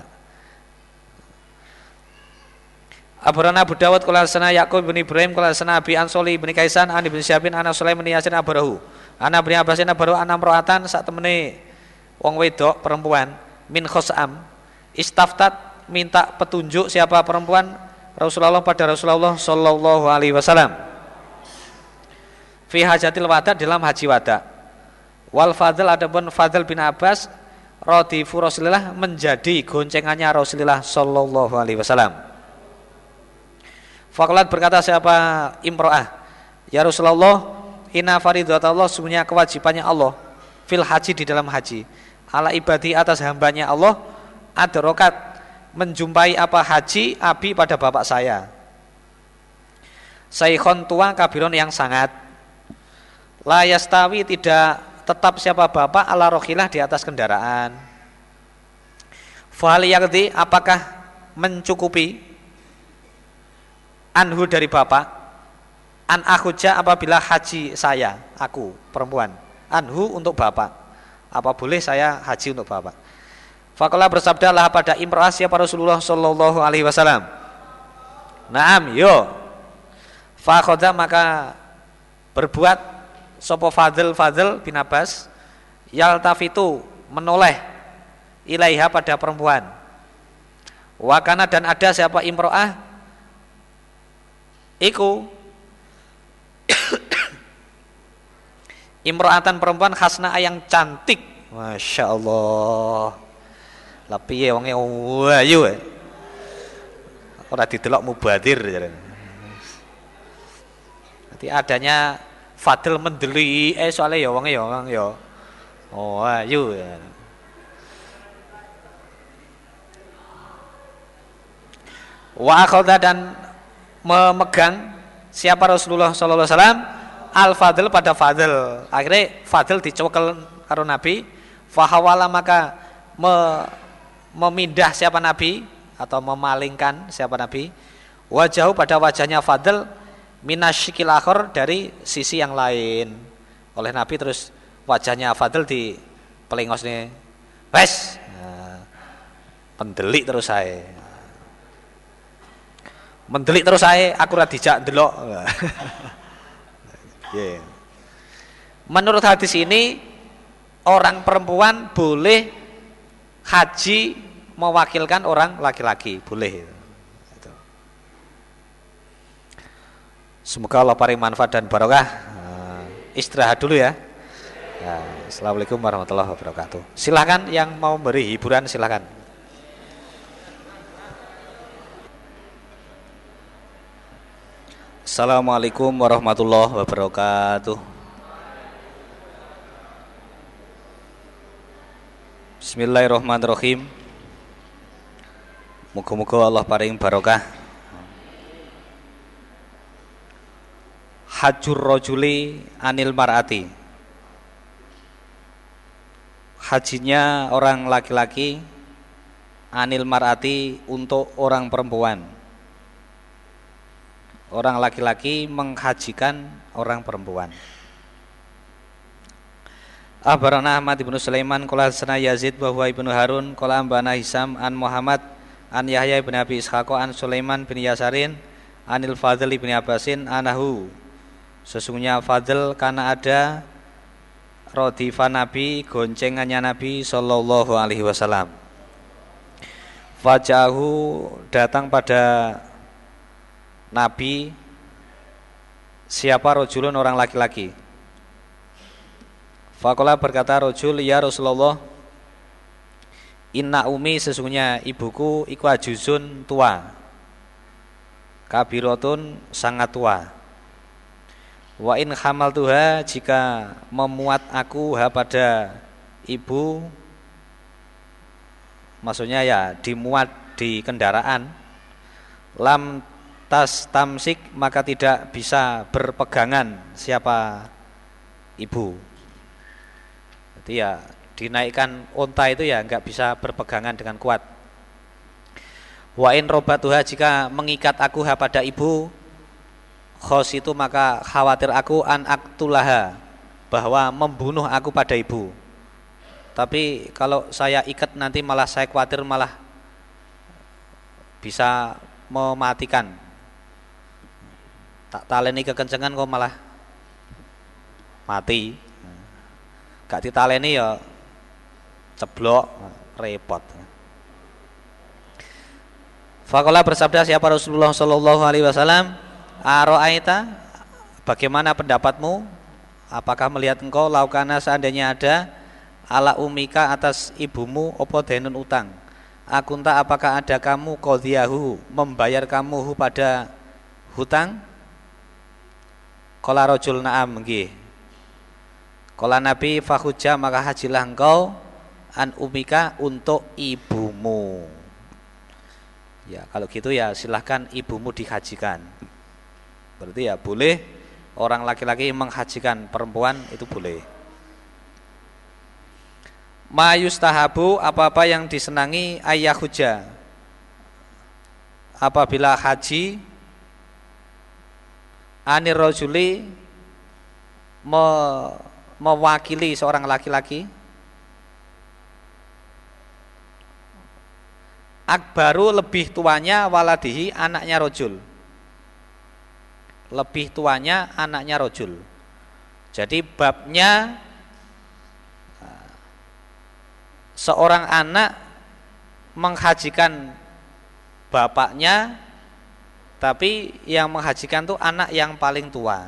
Abarana Abu Dawud qala sana Yaqub bin Ibrahim qala sana Abi Ansoli bin Kaisan an Ibnu Syabin ana Sulaiman bin Yasin Abarahu. Ana bin Abbasin Abaru ana mroatan, sak temene wong wedok perempuan min khosam istaftat, minta petunjuk siapa perempuan Rasulullah pada Rasulullah sallallahu alaihi wasallam fi hajatil wada, dalam haji wada. Wal Fadl, adapun Fadl bin Abbas radifu Rasulillah, menjadi goncengannya Rasulullah sallallahu alaihi wasallam. Faqalat, berkata siapa Imro'ah, ya Rasulullah, inna faridatullah, sesungguhnya kewajibannya Allah fil haji, di dalam haji, ala ibadi, atas hambanya Allah, adrokat, menjumpai apa haji abi pada bapak saya, saikhon, tua, kabiron, yang sangat. La yastawi, tidak tetap siapa bapak, ala rohilah, di atas kendaraan. Fahal yakti, apakah mencukupi anhu, dari bapak, an akhuja, apabila haji saya, aku perempuan, anhu, untuk bapak, apa boleh saya haji untuk bapak? Faqala, bersabdalah pada Imra'ah siapa Rasulullah sallallahu alaihi wasallam, na'am, yo. Fakhoda, maka berbuat sopo Fadl, Fadl bin Abbas, yaltafitu, menoleh, ilaiha, pada perempuan. Wakana, dan ada siapa Imra'ah iku imro'atan, perempuan, khasna, yang cantik, masya Allah. Tapi ya wongnya wayu, ora didelok mubadir. Nanti adanya Fadl mendeli, eh soalnya ya wongnya ya wong ya oh wayu. Wa akhadha, dan memegang siapa Rasulullah sallallahu alaihi wasallam al Fadl, pada Fadl. Akhirnya Fadl dicokel karo Nabi, fahawala, maka me, memindah siapa Nabi, atau memalingkan siapa Nabi, wajahu, pada wajahnya Fadl, minasyikil akhir, dari sisi yang lain oleh Nabi. Terus wajahnya Fadl di pelengosnya, wes, nah, pendelik terus saya mendelik terus saya, aku ora dijak ndelok. Yeah. Menurut hadis ini, orang perempuan boleh haji mewakilkan orang laki-laki, boleh. Semoga Allah paling manfaat dan barokah. Istirahat dulu ya. Assalamualaikum warahmatullahi wabarakatuh. Silakan yang mau beri hiburan, silakan. Assalamualaikum warahmatullahi wabarakatuh. Bismillahirrahmanirrahim. Muga-muga Allah paring barokah. Hajjur rajuli anil mar'ati, hajinya orang laki-laki, anil mar'ati, untuk orang perempuan. Orang laki-laki menghajikan orang perempuan. Abarana Ahmad ibnu Sulaiman qala sana Yazid bahwa ibnu Harun qala ambana Hisam an Muhammad an Yahya bin Abi Ishaq an Sulaiman bin Yasarin anil Fadl bin Abbasin anahu, sesungguhnya Fadl karena ada rodifa Nabi, goncengannya Nabi sallallahu alaihi wasallam. Fajahu, datang pada Nabi siapa rojulun, orang laki-laki. Faqala, berkata rojul, ya Rasulullah, inna umi, sesungguhnya ibuku iku ajuzun, tua, kabirotun, sangat tua. Wa in hamaltuha, jika memuat aku ha pada ibu, maksudnya ya dimuat di kendaraan, lam tas tamsik, maka tidak bisa berpegangan siapa ibu. Jadi ya dinaikkan unta itu ya enggak bisa berpegangan dengan kuat. Wa in robatuha, jika mengikat aku ha pada ibu, khos itu maka khawatir aku an aktulaha, bahwa membunuh aku pada ibu. Tapi kalau saya ikat nanti malah saya khawatir malah bisa mematikan. Tak taleni kekencengan kok malah mati. Gak ditaleni ya ceblok, repot. Faqala, bersabda siapa Rasulullah sallallahu alaihi wasallam, ara'aita, bagaimana pendapatmu, apakah melihat engkau, laukana, seandainya ada, ala umika, atas ibumu, opo denun utang, akunta, apakah ada kamu, qadhiyahu, membayar kamu pada hutang. Qala rajul, na'am, nggih. Qala Nabi, fakhujja, maka hajilah engkau, an umika, untuk ibumu. Ya kalau gitu ya silahkan ibumu dihajikan. Berarti ya boleh orang laki-laki menghajikan perempuan, itu boleh. Ma yustahabu, apa-apa yang disenangi, ayyahuja, apabila haji, anir rajuli, me, mewakili seorang laki-laki, akbaru, lebih tuanya, waladihi, anaknya rojul, lebih tuanya anaknya rojul. Jadi babnya seorang anak menghajikan bapaknya, tapi yang menghajikan itu anak yang paling tua.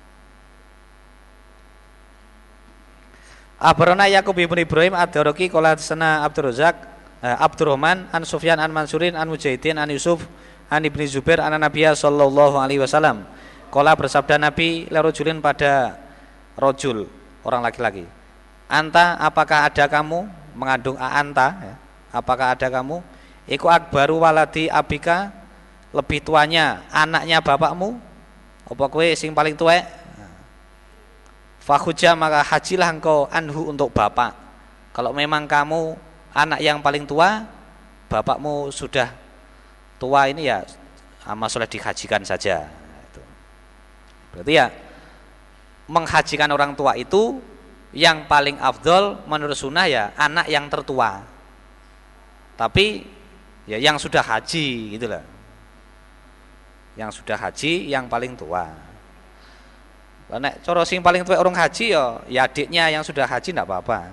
Abarona Yakub bin Ibrahim ad-Daraqi qala sana Abdul Razak eh, Abdurrahman an Sufyan an Mansurin an Mujahidin an Yusuf an Ibni Zubair an Nabiya sallallahu alaihi wasallam qala, bersabda Nabi lerojulin pada rojul, orang laki-laki, anta, apakah ada kamu, mengandung anta ya, apakah ada kamu, iku akbaru waladi abika, lebih tuanya anaknya bapakmu, apa kowe sing paling tuwek. Fakhujja, maka hajilah engkau anhu, untuk bapak. Kalau memang kamu anak yang paling tua, bapakmu sudah tua, ini ya masalah dihajikan saja. Berarti ya menghajikan orang tua itu yang paling afdol menurut sunnah ya anak yang tertua. Tapi ya yang sudah haji gitu lah. Yang sudah haji yang paling tua. Lah nek cara sing paling tua orang haji ya ya adiknya yang sudah haji enggak apa-apa.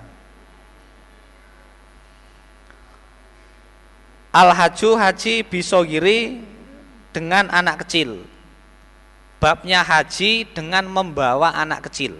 Al-haju, haji bisogiri, dengan anak kecil. Babnya haji dengan membawa anak kecil.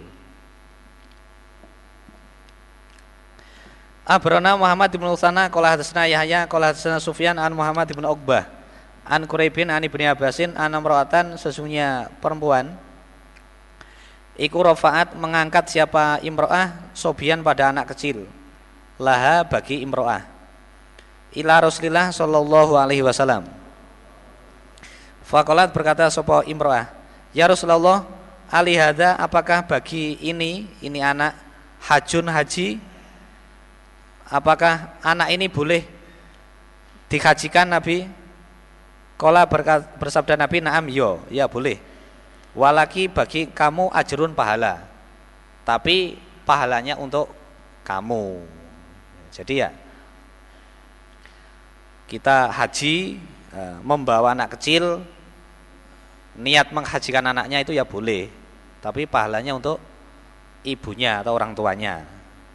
Abrona Muhammad bin Usana qala hadatsana Yahya qala hadatsana Sufyan an Muhammad bin Uqbah an Quraibin an Ibnu Abbasin an imra'atan, sesungguhnya perempuan iku rafaat, mengangkat siapa imro'ah, sobian, pada anak kecil, laha, bagi imro'ah, ila Rasulillah sallallahu alaihi wasallam. Faqalat, berkata sapa imro'ah, ya Rasulullah, alihada, apakah bagi ini ini anak, hajun, haji, apakah anak ini boleh dihajikan Nabi? Qala, bersabda Nabi, na'am, yo, ya boleh. Walaki, bagi kamu ajrun, pahala, tapi pahalanya untuk kamu. Jadi ya kita haji e, membawa anak kecil, niat menghajikan anaknya itu ya boleh, tapi pahalanya untuk ibunya atau orang tuanya.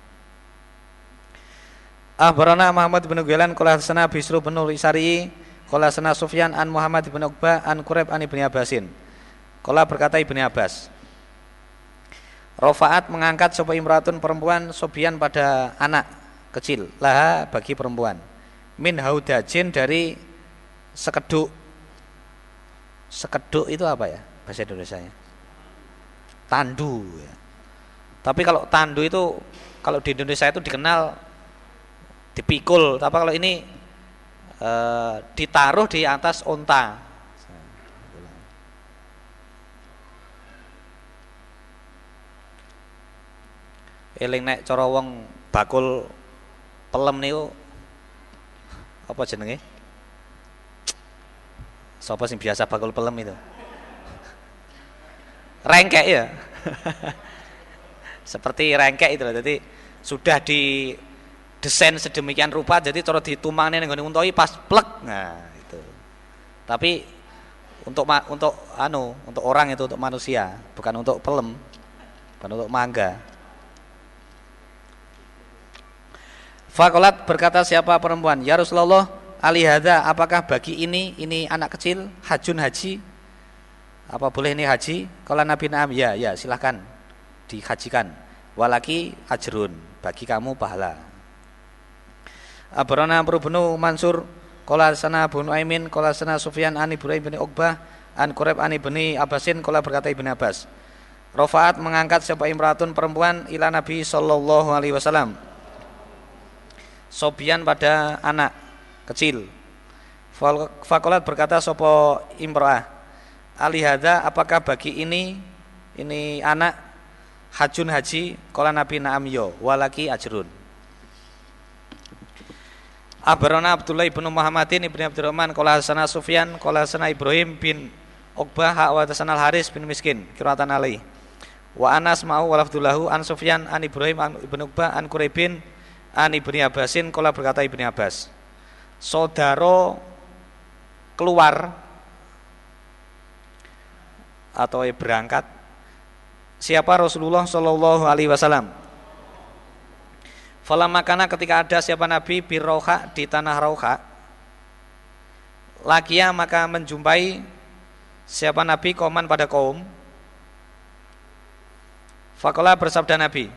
Akhbarana Muhammad bin Ghailan qala sana Bisru bin Isari qala sana Sufyan an Muhammad bin Uqbah an Quraib an Ibnu Abbasin. Qala berkata Ibnu Abbas, Rafa'at mengangkat sapa imratun perempuan sobian pada anak kecil, laha bagi perempuan, min haudajin dari sekeduk. Sekeduk itu apa ya bahasa Indonesianya? Tandu ya. Tapi kalau tandu itu kalau di Indonesia itu dikenal dipikul, tapi kalau ini e, ditaruh di atas onta. Eling nek cara wong bakul pelem niku apa jenenge? Sapa sing biasa bakul pelem itu? Rengkek ya. Seperti rengkek itu loh. Jadi sudah di desain sedemikian rupa, jadi cara ditumangne nggone untoi pas plek. Nah, itu. Tapi untuk untuk anu, untuk orang itu, untuk manusia, bukan untuk pelem, bukan untuk mangga. Faqalat berkata siapa perempuan, ya Rasulullah, ali hadza, apakah bagi ini ini anak kecil hajun haji? Apa boleh ini haji? Qala Nabi na'am, ya, ya silahkan dihajikan. Walaki ajrun, bagi kamu pahala. Abarana Amr bin Mansur qala sana Abu Nuaimin qala sana Sufyan an Ibrahim bin Uqbah an Quraib an Ibni Abbasin qala berkata Ibnu Abbas, Rafa'at mengangkat siapa imratun perempuan ila Nabi sallallahu alaihi wasallam, sobian pada anak kecil. Faqalat berkata sapa imra'ah, ali hadza, apakah bagi ini ini anak hajun haji? Qala Nabi na'am yo walaki ajrun. Abarana Abdullah ibnu Muhammadin ibnu Abdurrahman qala sana Sufyan qala sana Ibrahim bin Uqbah wa tasana Al-Haris bin Miskin qiratan alai wa Anas ma'u wa lafdullahu an Sufyan an Ibrahim an ibnu Uqbah an Quraibin an Ibni Abbasin qala berkata Ibni Abbas, saudara keluar atau berangkat siapa Rasulullah sallallahu alaihi wasallam. Fala makana ketika ada siapa Nabi birrauha di tanah Rauha, lakia maka menjumpai siapa Nabi kauman pada kaum. Faqala bersabda Nabi.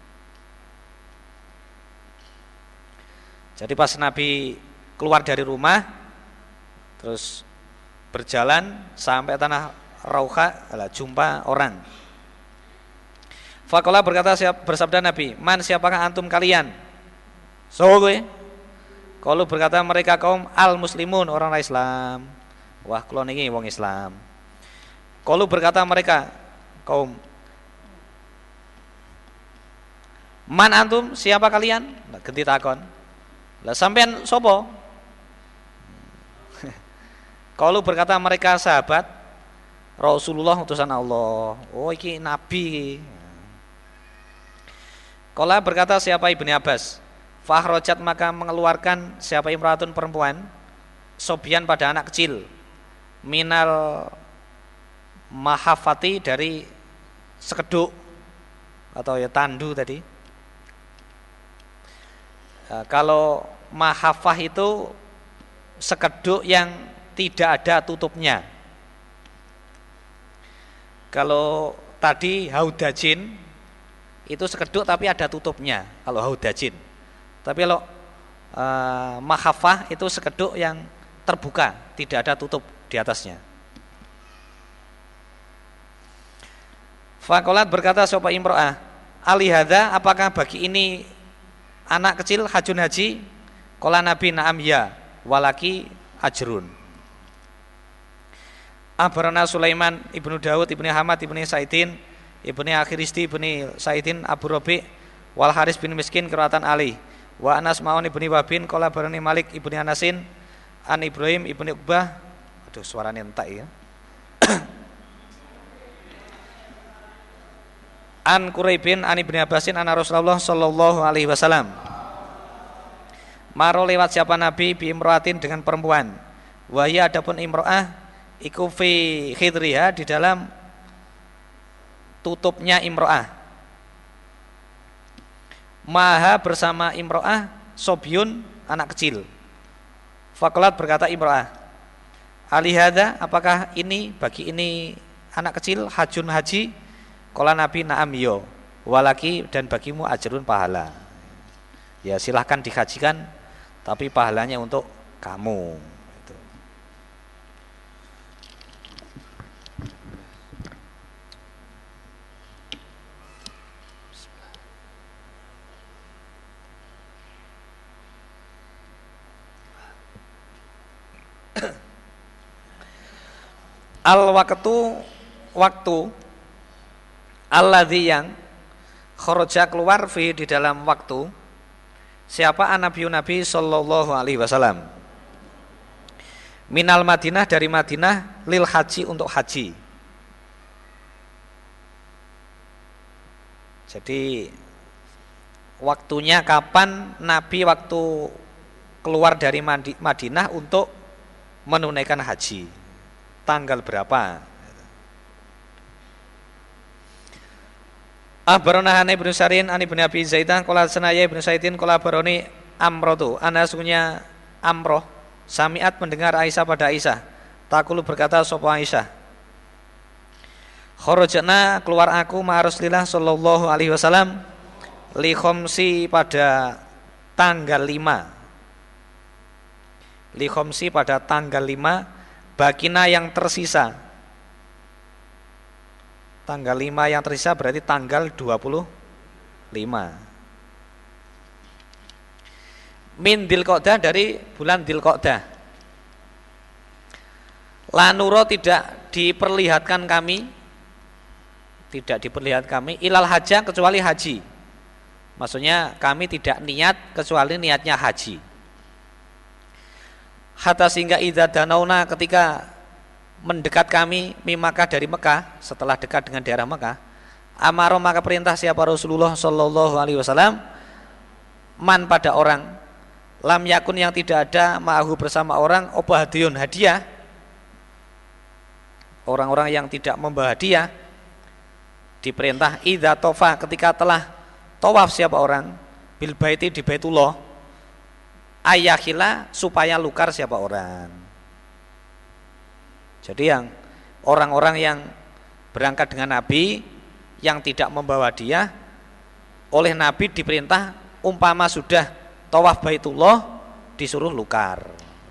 Jadi pas Nabi keluar dari rumah terus berjalan sampai tanah Rauha, lah jumpa orang. Faqala berkata siap, bersabda Nabi, man siapakah antum kalian? So gue. Kalau berkata mereka kaum al muslimun, orang Islam. Wah, kalau niki wong Islam. Kalau berkata mereka kaum, man antum, siapa kalian? Nah, ganti takon. Lah sampean sopo? Kalau berkata mereka sahabat Rasulullah utusan Allah. Oh, iki nabi. Qala berkata siapa Ibnu Abbas, fahrojat maka mengeluarkan siapa imratun perempuan, sobian pada anak kecil, minal mahafati dari sekeduk atau ya tandu tadi. E, kalau mahafah itu sekeduk yang tidak ada tutupnya. Kalau tadi haudajin itu sekeduk tapi ada tutupnya kalau haudajin. Tapi kalau e, mahafah itu sekeduk yang terbuka, tidak ada tutup di atasnya. Faqalat berkata sapa imro'ah, ali hadza, apakah bagi ini anak kecil hajun haji? Qala Nabi na'am ya walaki ajrun. Abarana Sulaiman ibnu Daud ibnu Hamad ibnu Saidin Ibni Akhiristi ibni Saidin Abu Rabi wal Haris bin Miskin qiratan Ali wa Anas ma'un ibni Wabin qala barani Malik ibni Anasin an Ibrahim ibni Uqbah. Aduh suaranya entak ya. An Quraibin an Ibni Abbasin anna Rasulullah sallallahu alaihi wasallam Maro lewat siapa Nabi bi imroatin dengan perempuan. Wahya adapun imroah iku fi khidriha di dalam tutupnya imroah. Maha bersama imroah sobyun anak kecil. Fakolat berkata imroah, alihada apakah ini bagi ini anak kecil hajun haji? Kala Nabi na'am yo. Walaki dan bagimu ajrun pahala. Ya silahkan dihajikan, tapi pahalanya untuk kamu. Itu. Al waktu waktu alladzi yang kharaja keluar fi di dalam waktu siapa an-nabiyyu nabi sallallahu alaihi wasallam minal Madinah dari Madinah lil haji untuk haji. Jadi waktunya kapan Nabi waktu keluar dari Madinah untuk menunaikan haji, tanggal berapa? Abarona Hane bin Sarin ani bin Abi Zaidah qala sanaya bin Saidin qala baroni Amrotu anasunya Amroh samiat mendengar Aisyah pada Aisyah takulu berkata sapa Aisyah kharajna keluar aku ma Rasulillah sallallahu alaihi wasallam li khamsi pada tanggal lima li khamsi pada tanggal lima bakina yang tersisa. Tanggal lima yang tersisa berarti tanggal dua puluh lima. Min Dzulqa'dah dari bulan Dzulqa'dah. Lanuro tidak diperlihatkan kami, tidak diperlihatkan kami ilal hajjah kecuali haji. Maksudnya kami tidak niat kecuali niatnya haji. Hatta sehingga idza danauna ketika mendekat kami mimakah dari Mekah, setelah dekat dengan daerah Mekah, amaro maka perintah siapa Rasulullah sallallahu alaihi wasallam man pada orang lam yakun yang tidak ada ma'ahu bersama orang opa hadiyun hadiah, orang-orang yang tidak membawa hadiah diperintah idza tofa ketika telah tawaf siapa orang bil baiti di Baitullah ayakhila supaya lukar siapa orang. Jadi yang orang-orang yang berangkat dengan Nabi yang tidak membawa hadiah oleh Nabi diperintah umpama sudah tawaf Baitullah disuruh lukar.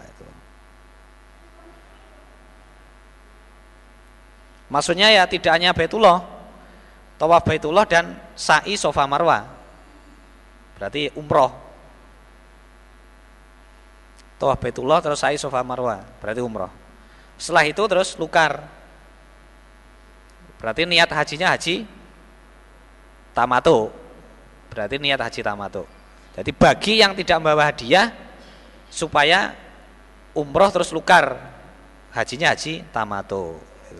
Maksudnya ya tidak hanya Baitullah, tawaf Baitullah dan sa'i Safa Marwah. Berarti umroh. Tawaf Baitullah terus sa'i Safa Marwah, berarti umroh. Setelah itu terus lukar. Berarti niat hajinya haji tamato. Berarti niat haji tamato. Jadi bagi yang tidak membawa hadiah supaya umroh terus lukar, hajinya haji tamato.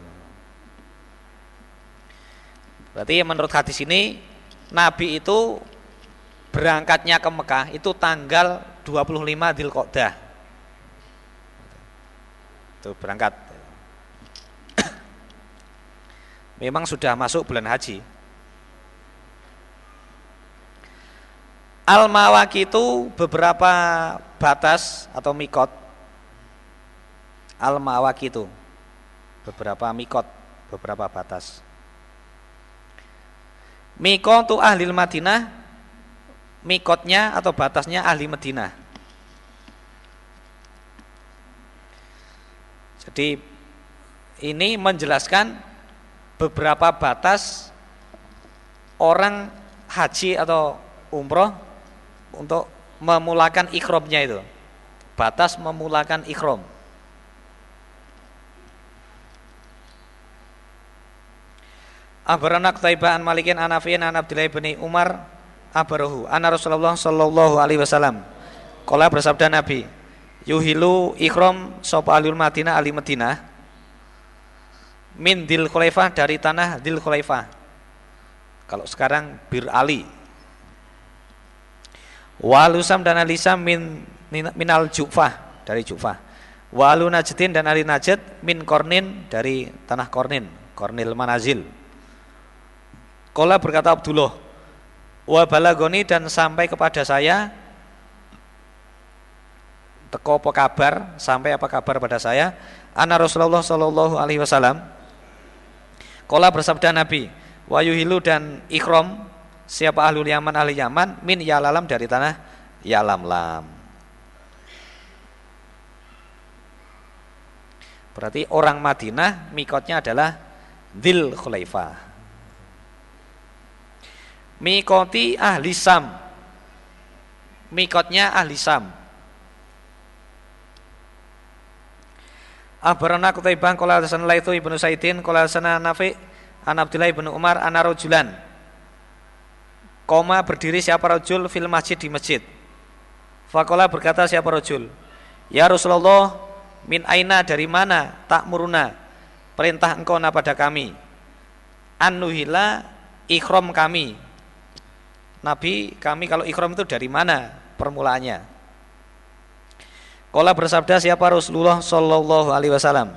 Berarti menurut hadis ini Nabi itu berangkatnya ke Mekah itu tanggal dua puluh lima Dzulqa'dah. Itu berangkat. Memang sudah masuk bulan haji. Al-mawaki itu beberapa batas atau mikot. Al-mawaki itu beberapa mikot, beberapa batas. Mikotu ahli Madinah, mikotnya atau batasnya ahli Madinah. Jadi ini menjelaskan beberapa batas orang haji atau umroh untuk memulakan ikhromnya itu. Batas memulakan ikhrom. Abarana Qutaibah an Malikin an Nafi'in an Abdillah bin Umar abarahu anna Rasulullah sallallahu alaihi wasallam qala bersabda Nabi yuhilu ikhram sapa alul Madinah ali Madinah min Dzul Khulaifah dari tanah Dzul Khulaifah. Kalau sekarang Bir Ali. Walusam dan alisam min minal Jufah, dari Jufah. Wa alu Najdin dan ahli Najd min Kornin, dari tanah Kornin, Kornil Manazil. Qala berkata Abdullah, wa balagoni dan sampai kepada saya, teko apa kabar, sampai apa kabar pada saya, anna Rasulullah sallallahu alaihi wasallam qala bersabda Nabi, wa yuhilu dan ikhram siapa ahlul Yaman, ahli Yaman, min Yalalam, dari tanah Yalamlam. Berarti orang Madinah mikotnya adalah Dzul Khulaifah. Mikoti ahli Sam, mikotnya ahli Sam. Abarana Qutaibah qala hadatsana Laitsu ibnu Sa'idin qala hadatsana Nafi' an Abdullah ibnu Umar anna rajulan koma berdiri siapa rajul fil masjid, di masjid. Faqala berkata siapa rajul, ya Rasulullah, min aina, dari mana, tak muruna, perintah engkau na pada kami, anuhila ikhram kami. Nabi, kami kalau ikhram itu dari mana permulaannya? Qala bersabda siapa Rasulullah sallallahu alaihi wasallam,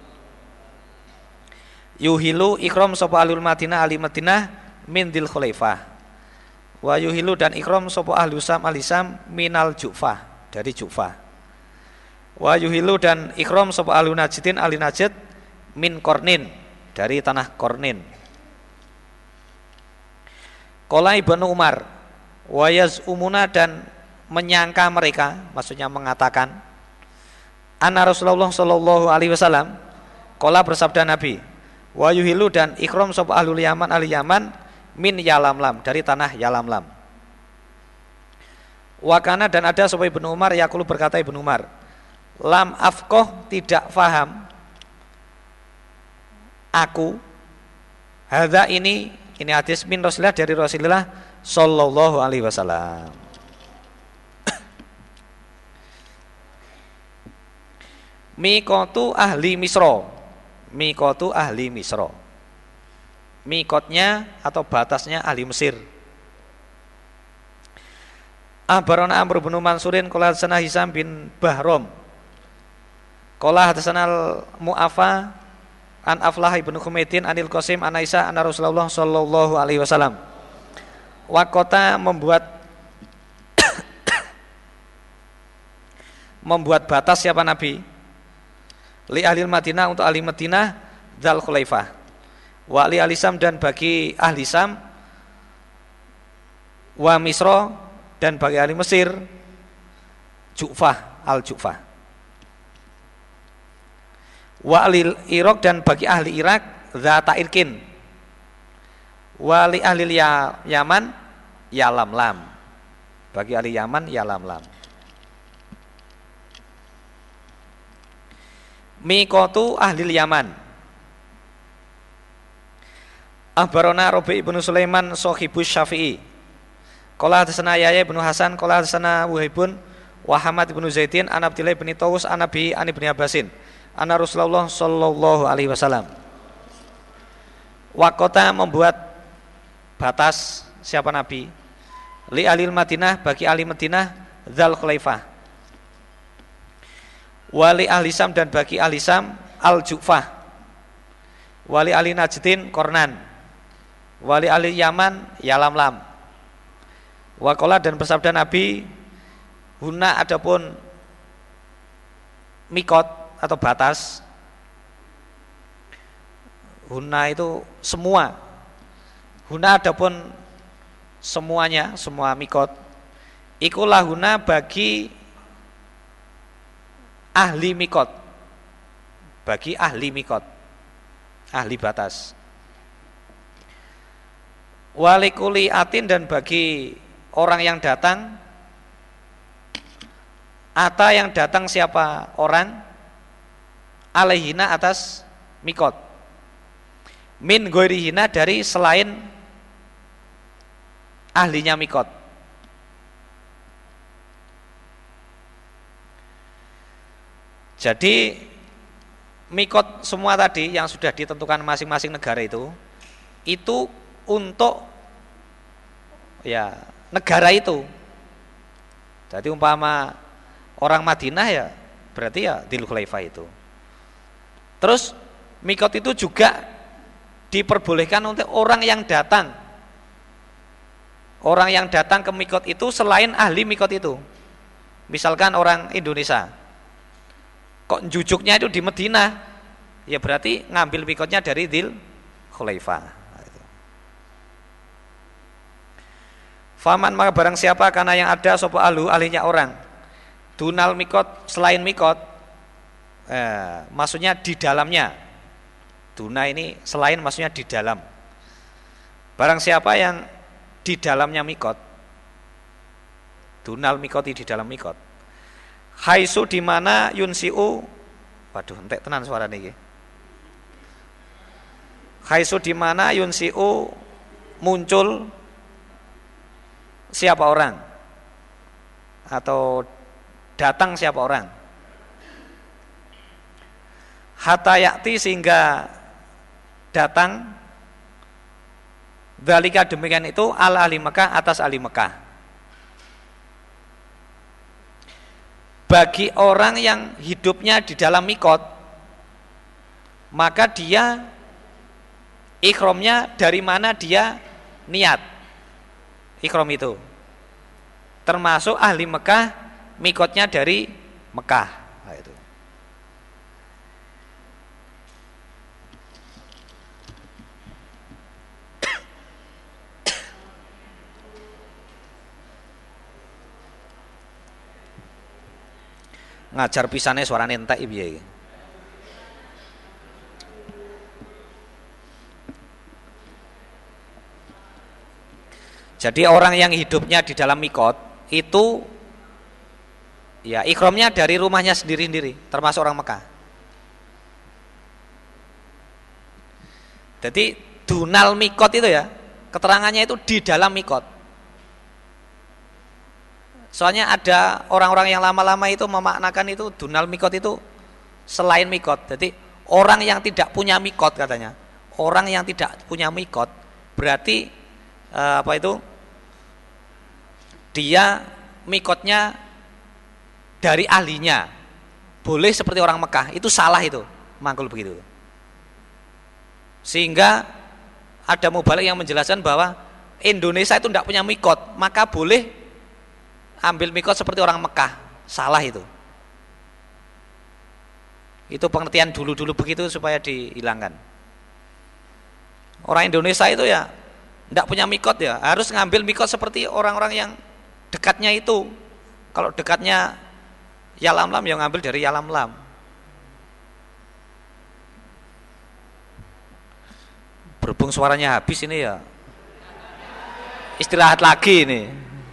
yuhilu ikhram sapa ahlul Madinah, ahli Madinah, min Dzul Khulaifah. Wa yuhilu dan ikhram sapa ahlu Sam, ahli Sam, minal Jufah, dari Jufah. Wa yuhilu dan ikhram sapa ahlu Najdin, ahli Najd, min Kornin, dari tanah Kornin. Qala Ibnu Umar, wa yazumuna dan menyangka mereka, maksudnya mengatakan, anna Rasulullah sallallahu alaihi wasallam qala bersabda Nabi, wa yuhilu dan ikhram sapa ahlul Yaman, ahli Yaman, min Yalamlam, dari tanah Yalamlam. Wakana dan ada sapa Ibnu Umar, yaqulu berkata Ibnu Umar, lam afqah, tidak faham aku, hadza ini, ini hadis min Rasulillah, dari Rasulullah sallallahu alaihi wasallam. Mikotu ahli Misra, mikotu ahli Misra, mikotnya atau batasnya ahli Mesir. Abarona Amr bin Mansurin qala hadatsana Hisam bin Bahram qala hadatsana Mu'afa an Aflah ibnu Humaidin anil Qasim an Aisyah anna Rasulullah sallallahu alaihi wasallam waqata membuat membuat batas siapa Nabi, li ahli Madinah, untuk ahli Madinah, Dzul Khulaifah. Wa li ahli Sam dan bagi ahli Sam, wa Misra dan bagi ahli Mesir, Jufah, al Jufah. Wa li Irak dan bagi ahli Irak, Dzata Irkin. Wa li ahli Yaman, Yalamlam, bagi ahli Yaman, Yalamlam. Mikotu ahli Yaman. Abarona Rabi ibnu Sulaiman sahibus Syafi'i qala hadatsana Yahya ibnu Hasan qala hadatsana Wuhaibun wa Hamad ibnu Zaidin an Abdillah bin Tawus an Nabi an Ibnu Abbasin anna Rasulullah sallallahu alaihi wasallam waqata membuat batas siapa Nabi, li ahli Madinah, bagi ahli Madinah, Dzul Khulaifah. Wali ahli Sam dan bagi ahli Sam, al Jufah. Wali ahli Najdin, Kornan. Wali ahli Yaman, Yalamlam. Waqala dan bersabda Nabi, huna adapun mikot atau batas, huna itu semua, huna adapun semuanya, semua mikot, ikulah huna bagi ahli mikot, bagi ahli mikot, ahli batas. Walikuli atin dan bagi orang yang datang, ata yang datang siapa orang, alaihina atas mikot, min goirihina dari selain ahlinya mikot. Jadi mikot semua tadi yang sudah ditentukan masing-masing negara itu, itu untuk ya negara itu. Jadi umpama orang Madinah ya berarti ya Dzul Khulaifah itu. Terus mikot itu juga diperbolehkan untuk orang yang datang. Orang yang datang ke mikot itu selain ahli mikot itu. Misalkan orang Indonesia. Kok jujuknya itu di Madinah, ya berarti ngambil mikotnya dari Dzul Khulaifah. Faman maka barang siapa karena yang ada sapa ahlu ahlinya orang. Dunal mikot selain mikot, eh, maksudnya di dalamnya. Duna ini selain maksudnya di dalam. Barang siapa yang di dalamnya mikot, dunal mikoti di dalam mikot. Haisu di mana yunsiu, waduh entek tenan suara niki. Haisu di mana yunsiu muncul siapa orang atau datang siapa orang. Hatta yakti sehingga datang dzalika demikian itu ala ahli Mekah atas ahli Mekah. Bagi orang yang hidupnya di dalam mikot, maka dia ikhramnya dari mana dia niat ikhram itu. Termasuk ahli Mekah mikotnya dari Mekah. Nah, itu. Ngajar pisane suarane entek piye iki. Jadi orang yang hidupnya di dalam mikot itu ya ikhramnya dari rumahnya sendiri-sendiri, termasuk orang Mekah. Jadi dunal mikot itu ya, keterangannya itu di dalam mikot. Soalnya ada orang-orang yang lama-lama itu memaknakan itu dunal mikot itu selain mikot. Jadi orang yang tidak punya mikot katanya, orang yang tidak punya mikot berarti eh, apa itu? Dia mikotnya dari ahlinya, boleh seperti orang Mekah, itu salah itu, mangkul begitu. Sehingga ada mubalik yang menjelaskan bahwa Indonesia itu tidak punya mikot, maka boleh ambil mikot seperti orang Mekah, salah itu. Itu pengertian dulu-dulu begitu supaya dihilangkan. Orang Indonesia itu ya tidak punya mikot ya, harus ngambil mikot seperti orang-orang yang dekatnya itu. Kalau dekatnya Yalamlam yang ngambil dari Yalamlam. Berhubung suaranya habis ini ya istirahat lagi ini.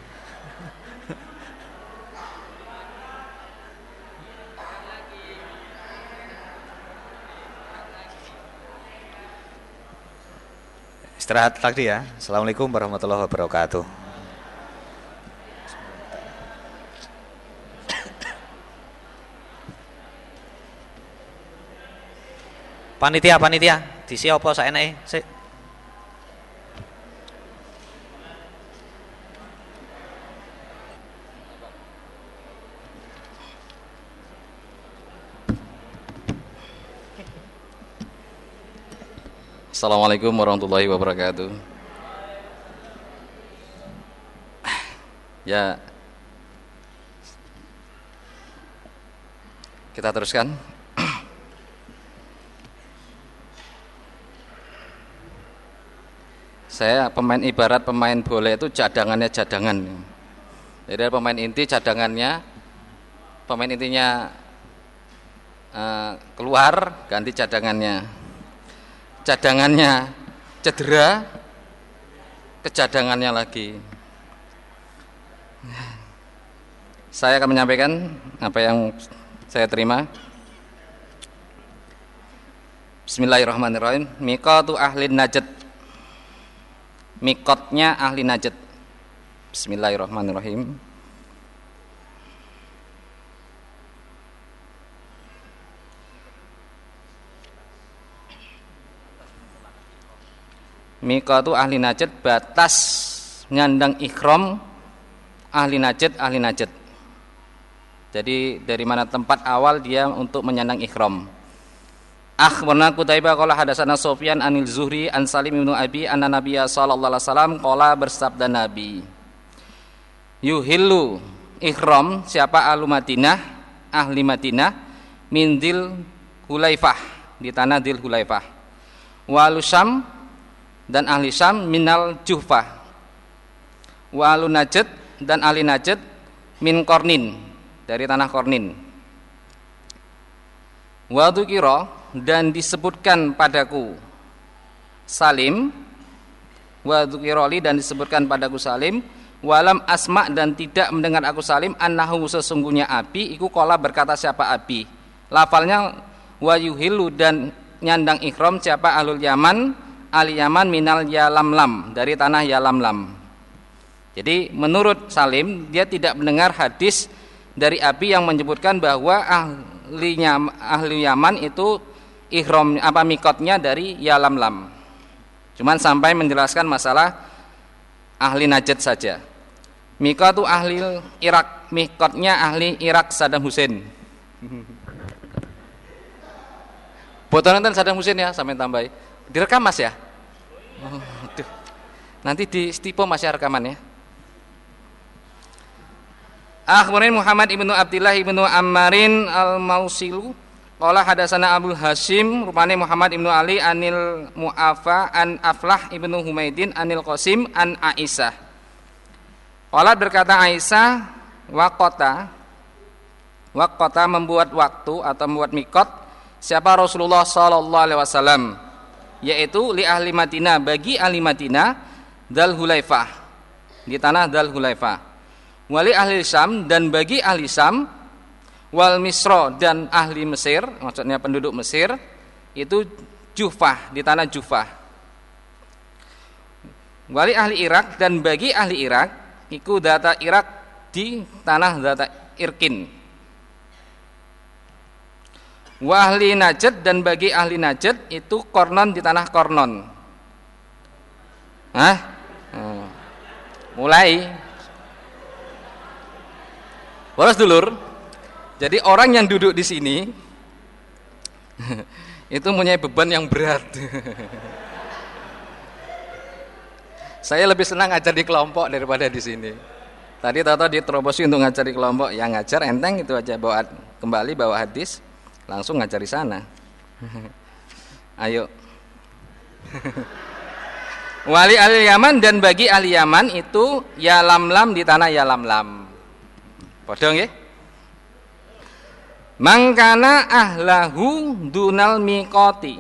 Istirahat lagi ya. Assalamualaikum warahmatullahi wabarakatuh. Panitia, panitia, disi apa saeneke? Sik. Assalamualaikum warahmatullahi wabarakatuh. Ya, kita teruskan. Saya pemain ibarat pemain bola itu cadangannya cadangan. Jadi pemain inti cadangannya, pemain intinya uh, keluar ganti cadangannya. Cadangannya cedera, ke cadangannya lagi. Saya akan menyampaikan apa yang saya terima. Bismillahirrahmanirrahim. Miqatu ahli Najd. Mikotnya ahli Najd. Bismillahirrahmanirrahim. Miqatu ahli Najd, batas nyandang ikhram ahli Najd, ahli Najd. Jadi dari mana tempat awal dia untuk menyandang ihram. Akhbarana Qutaibah qala hadatsana Sufyan anil Zuhri an Salim bin Abi anna Nabiyya sallallahu alaihi wasallam qala bersabda Nabi. Yuhillu ihram siapa ahlu Madinah, ahli Madinah min Dzil Hulaifah di tanah Dzil Hulaifah. Wa Syam dan ahli Syam minal Juhfah. Wa ahlu Najd dan ahli Najd min Qarnin dari tanah Qarnin. Wa dzukira dan disebutkan padaku Salim, wa dzukirali dan disebutkan padaku Salim, walam asma dan tidak mendengar aku Salim annahu sesungguhnya Abi iku qala berkata siapa Abi. Lafalnya wa yuhillu dan nyandang ihram siapa ahlul Yaman, ahli Yaman minal Yalamlam dari tanah Yalamlam. Jadi menurut Salim dia tidak mendengar hadis dari Abi yang menyebutkan bahwa ahlinya ahli Yaman itu ihram apa mikotnya dari Yalamlam. Cuman sampai menjelaskan masalah ahli Najd saja. Mikot itu ahli Irak, mikotnya ahli Irak Saddam Hussein. Foto nonton Saddam Hussein ya, sampai tambahin. Direkam Mas ya? Oh, aduh. Nanti di stipo Mas ya rekaman ya. Akhbarin Muhammad ibnu Abdillah ibnu Ammarin al-Mausilu qala hadatsana Abdul Hasyim rupane Muhammad ibnu Ali anil Mu'afa an Aflah ibnu Humaidin anil Qasim an Aisyah. Qala berkata Aisyah waqata waqata membuat waktu atau membuat mikot siapa Rasulullah sallallahu alaihi wasallam yaitu li ahli Madinah bagi ahli Madinah Dzul Hulaifah di tanah Dzul Hulaifah. Wali ahli Syam dan bagi ahli Syam wal Misra dan ahli Mesir, maksudnya penduduk Mesir itu Jufah di tanah Jufah. Wali ahli Irak dan bagi ahli Irak iku data Irak di tanah data Irkin. Wa ahli Najd dan bagi ahli Najd itu Kornon di tanah Kornon. Hah? Hmm. Mulai Waras dulur, jadi orang yang duduk di sini itu punya beban yang berat. Saya lebih senang ngajar di kelompok daripada di sini. Tadi tahu-tahu diterobosi untuk ngajar di kelompok, yang ngajar enteng itu aja, bawa kembali bawa hadis, langsung ngajar di sana. Ayo. Wali ahli Yaman dan bagi ahli Yaman itu Yalamlam di tanah Yalamlam. Padha nggih. Mangkana ahlahu dunal miqati.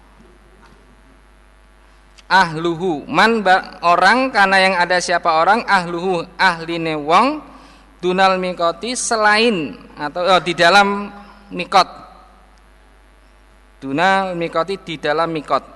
Ahluhu man orang karena yang ada siapa orang ahluhu ahline wong dunal miqati selain atau oh, di dalam mikot. Dunal miqati di dalam mikot.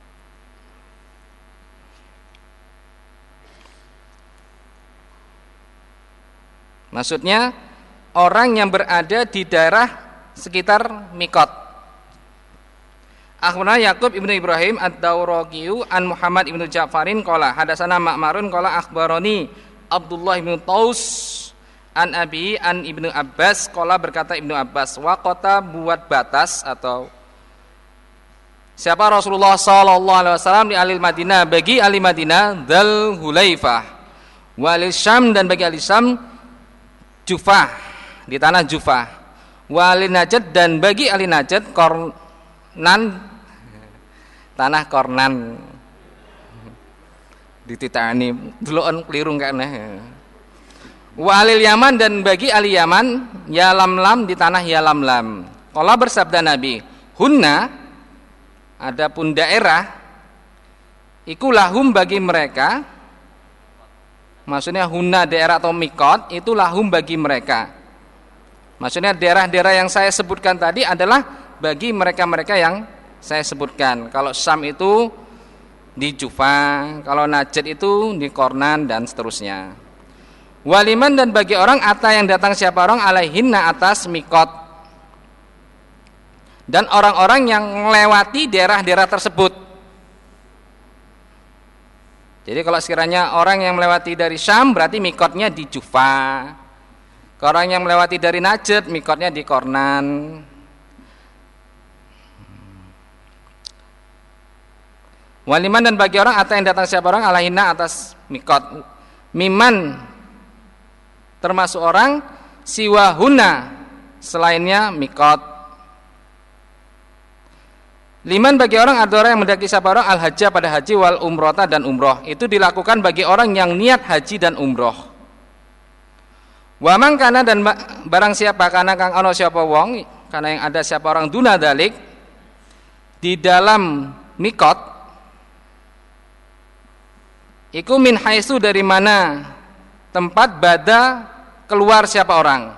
Maksudnya orang yang berada di daerah sekitar mikot. Akhbarana Yaqub ibnu Ibrahim ad-Dawraqiyu an Muhammad ibnu Ja'farin qala hadatsana Ma'marun qala akhbarani Abdullah ibnu Taus an Abi an Ibnu Abbas qala berkata Ibnu Abbas waqata buat batas atau siapa Rasulullah sallallahu alaihi wasallam di ahli Madinah bagi ahli Madinah Dzul Hulaifah walil Syam dan bagi ahli Syam Jufah di tanah Jufah, wali Najd dan bagi ahli Najd Kornan tanah Kornan dititani deloken keliru kene. Wali Yaman dan bagi ahli Yaman Yalamlam di tanah Yalamlam. Qala bersabda Nabi, hunna adapun daerah iku lahum bagi mereka. Maksudnya hunna daerah atau mikot itu lahum bagi mereka. Maksudnya daerah-daerah yang saya sebutkan tadi adalah bagi mereka-mereka yang saya sebutkan. Kalau Syam itu di Jufah, kalau Najd itu di Kornan dan seterusnya. Waliman dan bagi orang ata yang datang siapa orang alaihinna atas mikot. Dan orang-orang yang melewati daerah-daerah tersebut. Jadi kalau sekiranya orang yang melewati dari Syam berarti mikotnya di Jufah. Orang yang melewati dari Najd, mikotnya di Kornan. Waliman dan bagi orang atau yang datang siapa orang alahina atas mikot. Miman termasuk orang siwahuna selainnya mikot. Liman bagi orang ada orang yang mendaki siapa orang al-hajjah pada haji wal umrota dan umroh. Itu dilakukan bagi orang yang niat haji dan umroh. Wa man kana dan barang siapa kana kang ana siapa wong karena yang ada siapa orang duna dalik di dalam mikot iku min haitsu dari mana tempat bada keluar siapa orang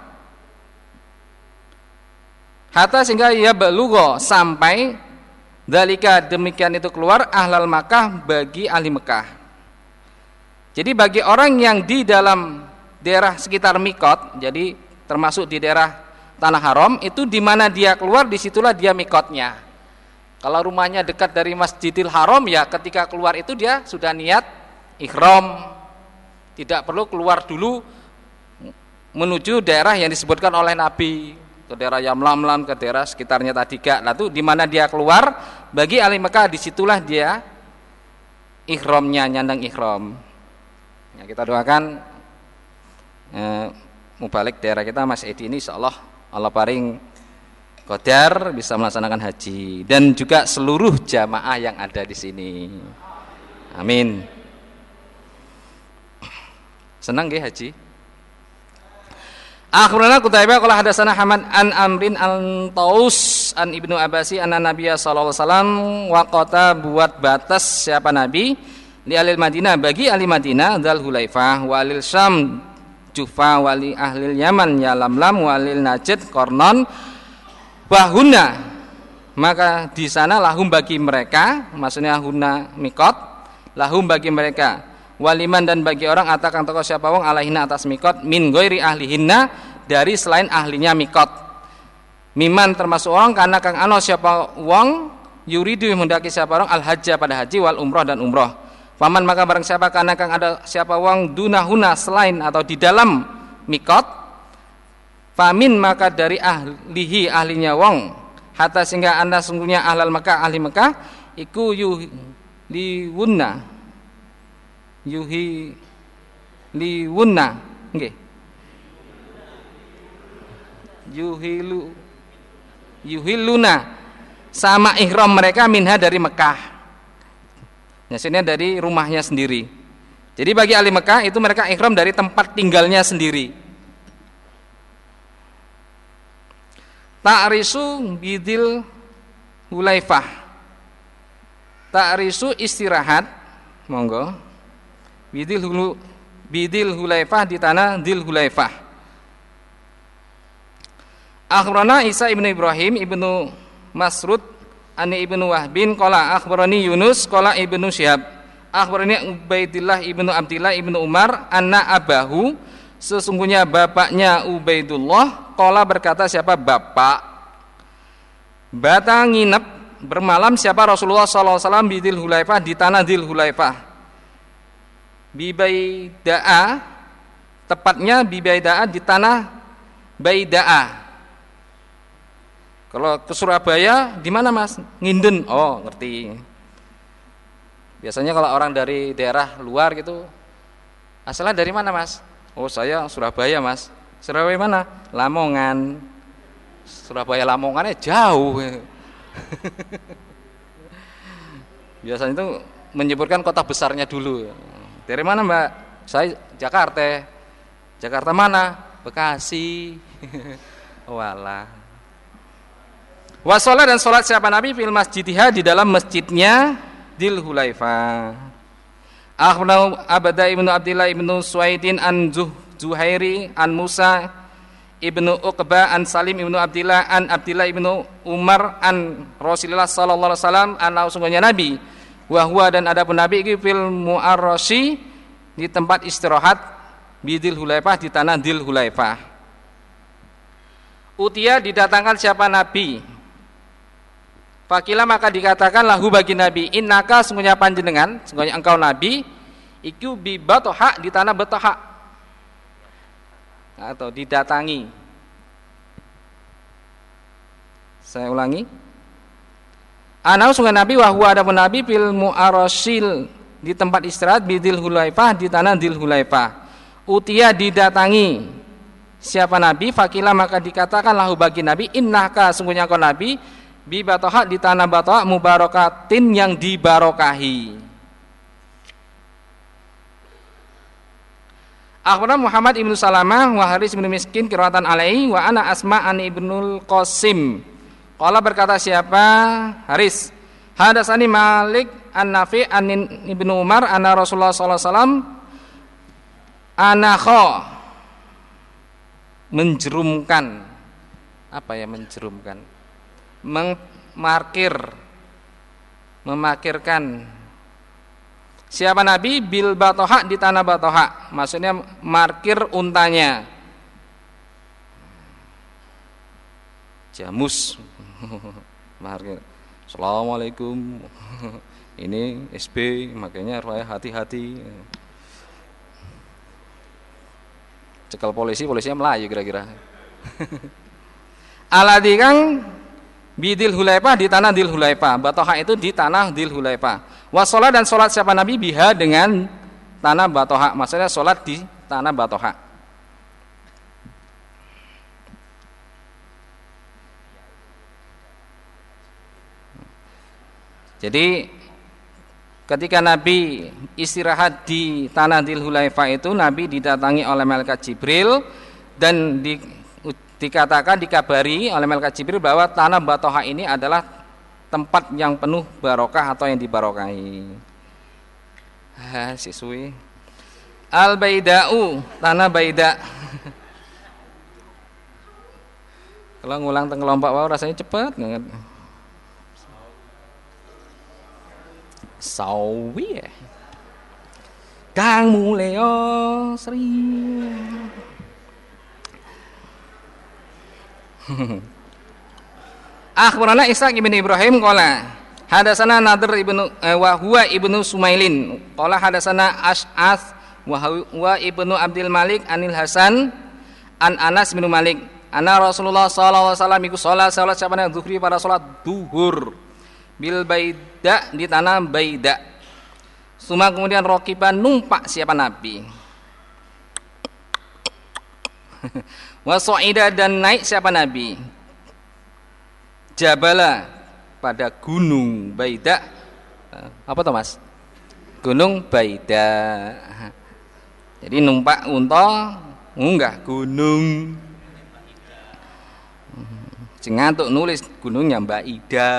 hatta sehingga ia belugho sampai dalika demikian itu keluar ahlal Makkah bagi ahli Mekah. Jadi bagi orang yang di dalam daerah sekitar mikot, jadi termasuk di daerah tanah haram, itu di mana dia keluar disitulah dia mikotnya. Kalau rumahnya dekat dari Masjidil Haram, ya ketika keluar itu dia sudah niat ihram, tidak perlu keluar dulu menuju daerah yang disebutkan oleh Nabi, ke daerah Yamlamlam, ke daerah sekitarnya tadi gak. Lalu di mana dia keluar bagi ahli Mekah disitulah dia ihramnya, nyandang ihram. Ya, kita doakan Eh, mubalik daerah kita Mas Edi ini insyaallah Allah paring qadar bisa melaksanakan haji dan juga seluruh jamaah yang ada di sini. Amin. Senang nggih haji? Akhbarana Qutaibah qala hadatsana Hamad an Amrin al-Taus an Ibnu Abbasi anna Nabiyya sallallahu alaihi wasallam waqata buat batas siapa Nabi li alil Madinah bagi ahli Madinah Dzul Hulaifah wa alil Syam Jufa wali ahlil Yaman Yalamlam walil Najd Kornon bahuna maka di sana lahum bagi mereka maksudnya huna mikot lahum bagi mereka waliman dan bagi orang atakang toko siapa wong alaihina atas mikot min ghairi ahlihinna dari selain ahlinya mikot miman termasuk orang karena kang ano siapa wong yuridu mendaki siapa orang al hajjah pada haji wal umroh dan umroh. Paman maka barang siapa karena kang ada siapa wong dunahuna selain atau di dalam mikot famin maka dari ahlihi ahlinya wong hatta sehingga anda sungguhnya ahlal Mekah ahli Mekah iku yuhliwunna yuhi liwunna nggih yuhilu yuhiluna sama ihram mereka minha dari Mekah. Maksudnya dari rumahnya sendiri. Jadi bagi ahli Mekah itu mereka ihram dari tempat tinggalnya sendiri. Ta'risu bidil Hulaifah. Ta'risu istirahat, monggo. Bidil hulu, bidil Hulaifah di tanah Dil Hulaifah. Akhbarana Isa ibnu Ibrahim ibnu Masrud Ani ibnu Wahbin qala akhbarani Yunus qala ibnu Syihab akhbarani Ubaidillah ibnu Abdillah ibnu Umar anna abahu sesungguhnya bapaknya Ubaidullah qala berkata siapa bapak bata nginep bermalam siapa Rasulullah sallallahu alaihi wasallam di Dzul Hulaifah di tanah Dzul Hulaifah Bibaidaa tepatnya Bibaidaa di tanah Baidaa. Kalau ke Surabaya di mana Mas? Nginden. Oh, ngerti. Biasanya kalau orang dari daerah luar gitu, asalnya dari mana Mas? Oh, saya Surabaya Mas. Surabaya mana? Lamongan. Surabaya Lamongannya jauh. Biasanya itu menyebutkan kota besarnya dulu. Dari mana Mbak? Saya Jakarta. Jakarta mana? Bekasi. Walah. Wasolat dan solat siapa Nabi fil masjidihah di dalam masjidnya Dzul Hulaifah. Akhbarana Abda ibnu Abdillah ibnu Suwaidin an Zuhairi an Musa ibnu Uqbah an Salim ibnu Abdillah an Abdillah ibnu Umar an Rasulullah sallallahu alaihi wasallam anna sungguhnya Nabi wa huwa dan adapun Nabi iki fil mu'arrasy di tempat istirahat bidil Hulaifah di tanah Dzul Hulaifah. Utia didatangkan siapa Nabi Fakila maka dikatakan lahu bagi Nabi innaka sungguhnya panjenengan sungguhnya engkau Nabi iku bi Batoha di tanah Batoha. atau didatangi. Saya ulangi. Ana sungai Nabi wa huwa adapun Nabi fil mu'arasil di tempat istirahat bidil hulaifah di tanah Dil Hulaifah. Utia didatangi siapa Nabi fakila maka dikatakan lahu bagi Nabi innaka sungguhnya kau Nabi bi batoha di tanah batoha mubarakatin yang dibarokahi. Akhbarana Muhammad ibnu Salamah wa Haris ibnu Miskin qiraatan alaihi wa ana Asma an ibnul Qasim. Qala berkata siapa? Haris. Hadasani Malik an-Nafi an Ibnu Umar anna Rasulullah sallallahu alaihi wasallam anakho menjerumkan. Apa ya menjerumkan? Memarkir, memakirkan. Siapa Nabi bil batoha di tanah batoha, maksudnya markir untanya. Jamus, markir. Assalamualaikum. Ini S B, makanya harus hati-hati. Cekal polisi, polisinya Melayu kira-kira. Aladi kang bidil Hulaifah di tanah Dil Hulaifah. Batoha itu di tanah Dil Hulaifah. Wasolat dan solat siapa Nabi biha dengan tanah Batoha. Maksudnya solat di tanah Batoha. Jadi ketika Nabi istirahat di tanah Dil Hulaifah itu Nabi didatangi oleh malaikat Jibril dan di, dikatakan dikabari oleh malaikat Jibril bahwa tanah Batoha ini adalah tempat yang penuh barokah atau yang dibarokahi. Ah, siswi. Al-Baida'u, tanah Baida. Kalau ngulang teng kelompok wow, rasanya cepat banget. Sawi ya. Kang muleo Sri. Akhbarana Ishaq ibn Ibrahim qala hadasana Nadir ibnu eh, wa huwa ibnu Sumailin qala hadasana Ash'ath wa huwa ibnu Abdul Malik anil Hasan an Anas bin Malik anna Rasulullah sallallahu alaihi wasallam iku salat salat sabana zuhri pada salat duhur bil Baida di tanah Baida. Suma kemudian rokiban numpak siapa Nabi. Wasoida dan naik siapa Nabi. Jabala pada gunung Baida. Apa tuh Mas? Gunung Baida. Jadi numpak unta munggah gunung. Sing ngantuk nulis gunungnya Mbak Ida.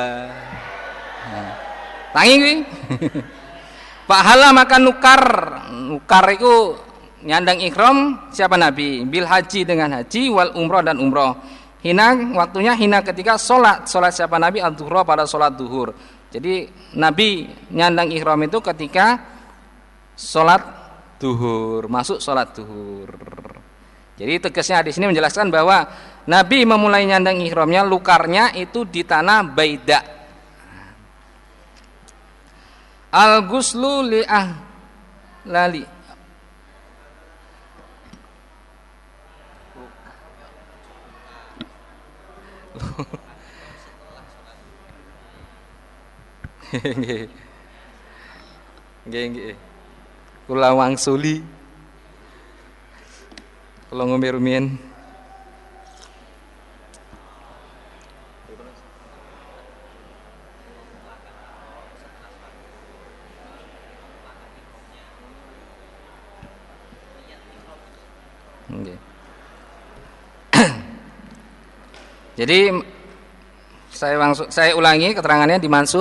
Tangi kuwi. Pahala maka nukar. Nukar itu nyandang ikhram siapa Nabi? Bil haji dengan haji wal umroh dan umroh. Hina waktunya hina ketika sholat. Sholat siapa Nabi? Al-Duhur pada sholat duhur. Jadi Nabi nyandang ikhram itu ketika sholat duhur. Masuk sholat duhur. Jadi tegasnya hadis ini menjelaskan bahwa Nabi memulai nyandang ikhramnya, lukarnya itu di tanah Baida. Al-Ghuslu li'ah lali. Nggih. Nggih nggih. Kula wangsuli. Kula ngombe rumiyin. Okay. Jadi saya langsung saya ulangi keterangannya di mansuh.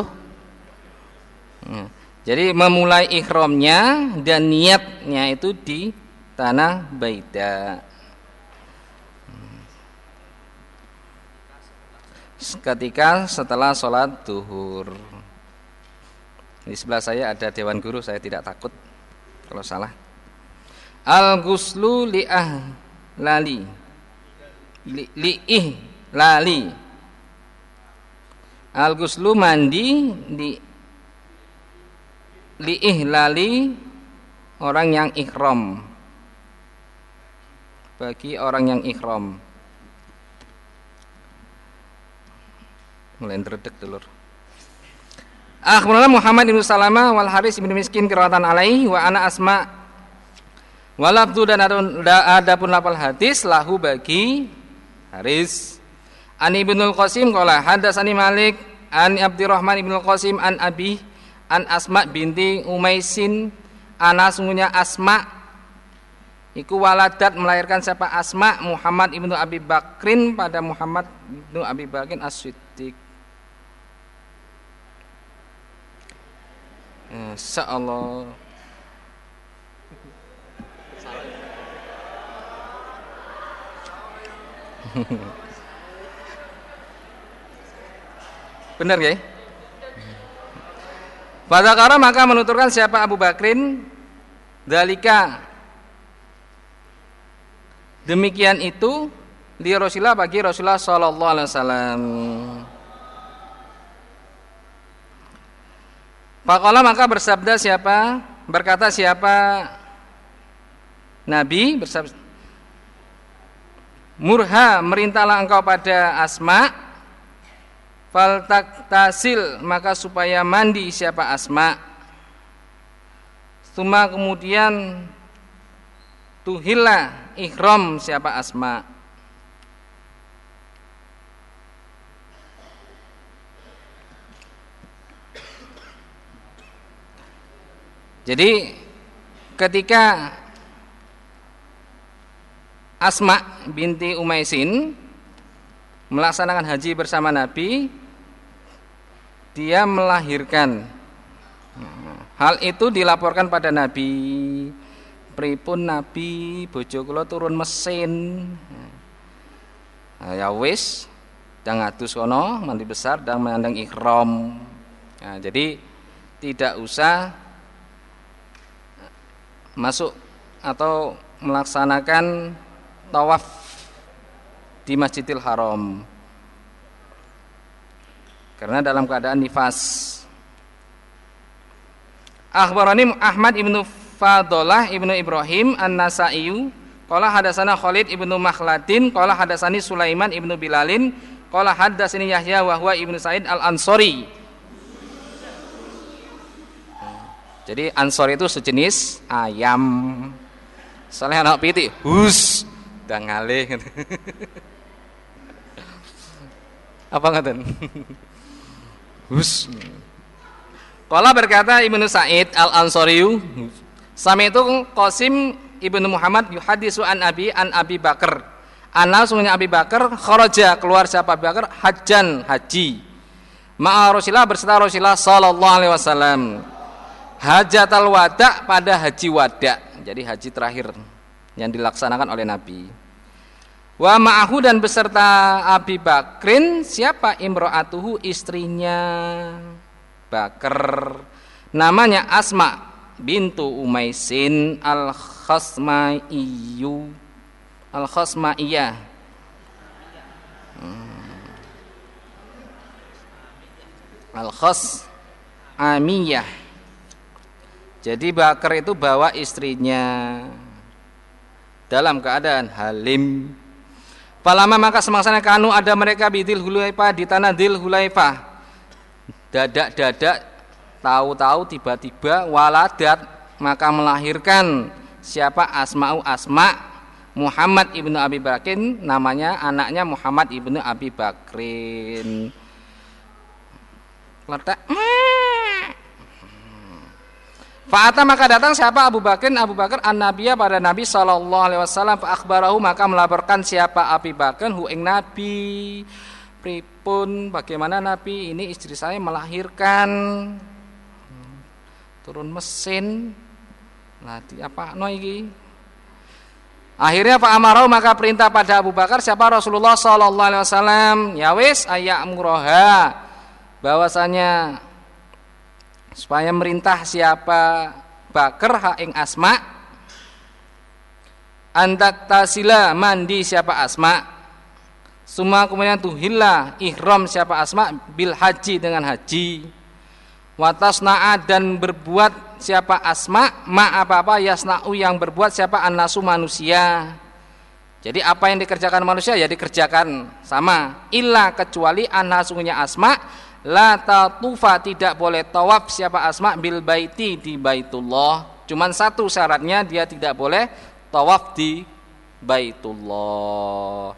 Jadi memulai ikhramnya dan niatnya itu di tanah Baida. Ketika setelah sholat duhur. Di sebelah saya ada Dewan Guru, saya tidak takut kalau salah. Al-ghuslu li'ah lali li, li'ih lali. Al-ghuslu mandi di li'ih lali orang yang ikhram. bagi orang yang ihram. Mulai ndredeg dulur. Akhbarana Muhammad bin Salamah wal Haris bin Miskin qira'atan alaihi wa ana Asma. Walabdu dan ada pun lafal hadis lahu bagi Haris. Ani Ibnul Qasim qala hadatsani Malik an Abdurrahman Ibnul Qasim an Abi an Asma binti Umaisin ana sungguhnya Asma iku waladat melahirkan siapa Asma Muhammad Ibnu Abi Bakrin pada Muhammad Ibnu Abi Bakrin As-Siddiq. Insyaallah. Benar ya? Fadzakara maka menuturkan siapa Abu Bakrin dalika demikian itu li Rasulullah bagi Rasulullah sallallahu alaihi wasallam. Faqala maka bersabda siapa? Berkata siapa? Nabi bersabda, Murha merintahlah engkau pada Asma, faltaktasil maka supaya mandi siapa Asma. Suma kemudian tuhilla ihram siapa Asma. Jadi ketika Asma binti Umaisin melaksanakan haji bersama Nabi, dia melahirkan. Hal itu dilaporkan pada Nabi. Pripun Nabi bojo kula turun mesin. Nah, ya wis, ndang atus kono mandi besar dan mengandang ihram. Nah, jadi tidak usah masuk atau melaksanakan tawaf di Masjidil Haram karena dalam keadaan nifas. Akhbarani Ahmad ibnu Fadalah ibnu Ibrahim An-Nasaiyu qala hadatsana Khalid ibnu Makhladin qala hadatsani Sulaiman ibnu Bilalin qala hadatsani Yahya wa huwa ibnu Sa'id Al-Ansori. Jadi ansor itu sejenis ayam. Soalnya anak pitik, hus, dan ngalih. Apa ngaten? Hus. Qala berkata Ibnu Sa'id Al-Ansoriyu, sami itu Qasim Ibnu Muhammad yuhadisu an Abi an Abi Bakar. Ana sungguhnya Abi Bakar kharaja keluar siapa Abi Bakar hajjan haji. Ma'a Rasulullah berserta Rasulullah sallallahu alaihi wasallam. Hajatul wada pada haji wada, jadi haji terakhir yang dilaksanakan oleh Nabi. Wa ma'ahu dan beserta Abi Bakrin siapa imro'atuhu istrinya Bakar, namanya Asma bintu Umaisin al-Khasmaiyu al-Khasmaiyah. Hmm. Al-Khasmiyah. Jadi Bakar itu bawa istrinya dalam keadaan halim. Palama maka semangsanya kanu ada mereka bidil Hulaifah di tanah Dil Hulaifah. Dadak-dadak tahu-tahu tiba-tiba waladat maka melahirkan siapa Asma'u Asma Muhammad ibnu Abi Bakrin, namanya anaknya Muhammad ibnu Abi Bakrin. Letak Fa'ata maka datang siapa Abu Bakrin Abu Bakar an-Nabiyya pada Nabi sallallahu alaihi wasallam fa akhbarahu maka melaporkan siapa Abi Bakar hu ing Nabi. Pripun bagaimana Nabi ini istri saya melahirkan turun mesin. Lah di apa no iki? Akhirnya fa amarau maka perintah pada Abu Bakar siapa Rasulullah sallallahu alaihi wasallam, ya wis ayamuraha bahwasanya supaya merintah siapa Bakar ha ing Asma antak tasila mandi siapa Asma suma kemudian tuhilla ihram siapa Asma bil haji dengan haji watasna'a dan berbuat siapa Asma ma apa-apa yasna'u yang berbuat siapa annasu manusia Jadi apa yang dikerjakan manusia ya dikerjakan sama. Illa kecuali anha sungguhnya Asma la tatufa tidak boleh tawaf siapa Asma bil baiti di Baitullah. Cuman satu syaratnya dia tidak boleh tawaf di Baitullah.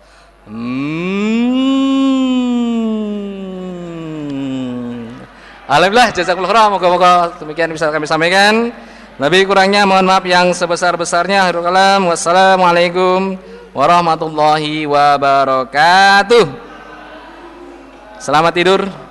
Hmm. Alhamdulillah jazakumullah khairan. Moga-moga demikian bisa kami sampaikan. Lebih kurangnya mohon maaf yang sebesar-besarnya. Akhirul kalam. Wassalamualaikum warahmatullahi wabarakatuh. Selamat tidur.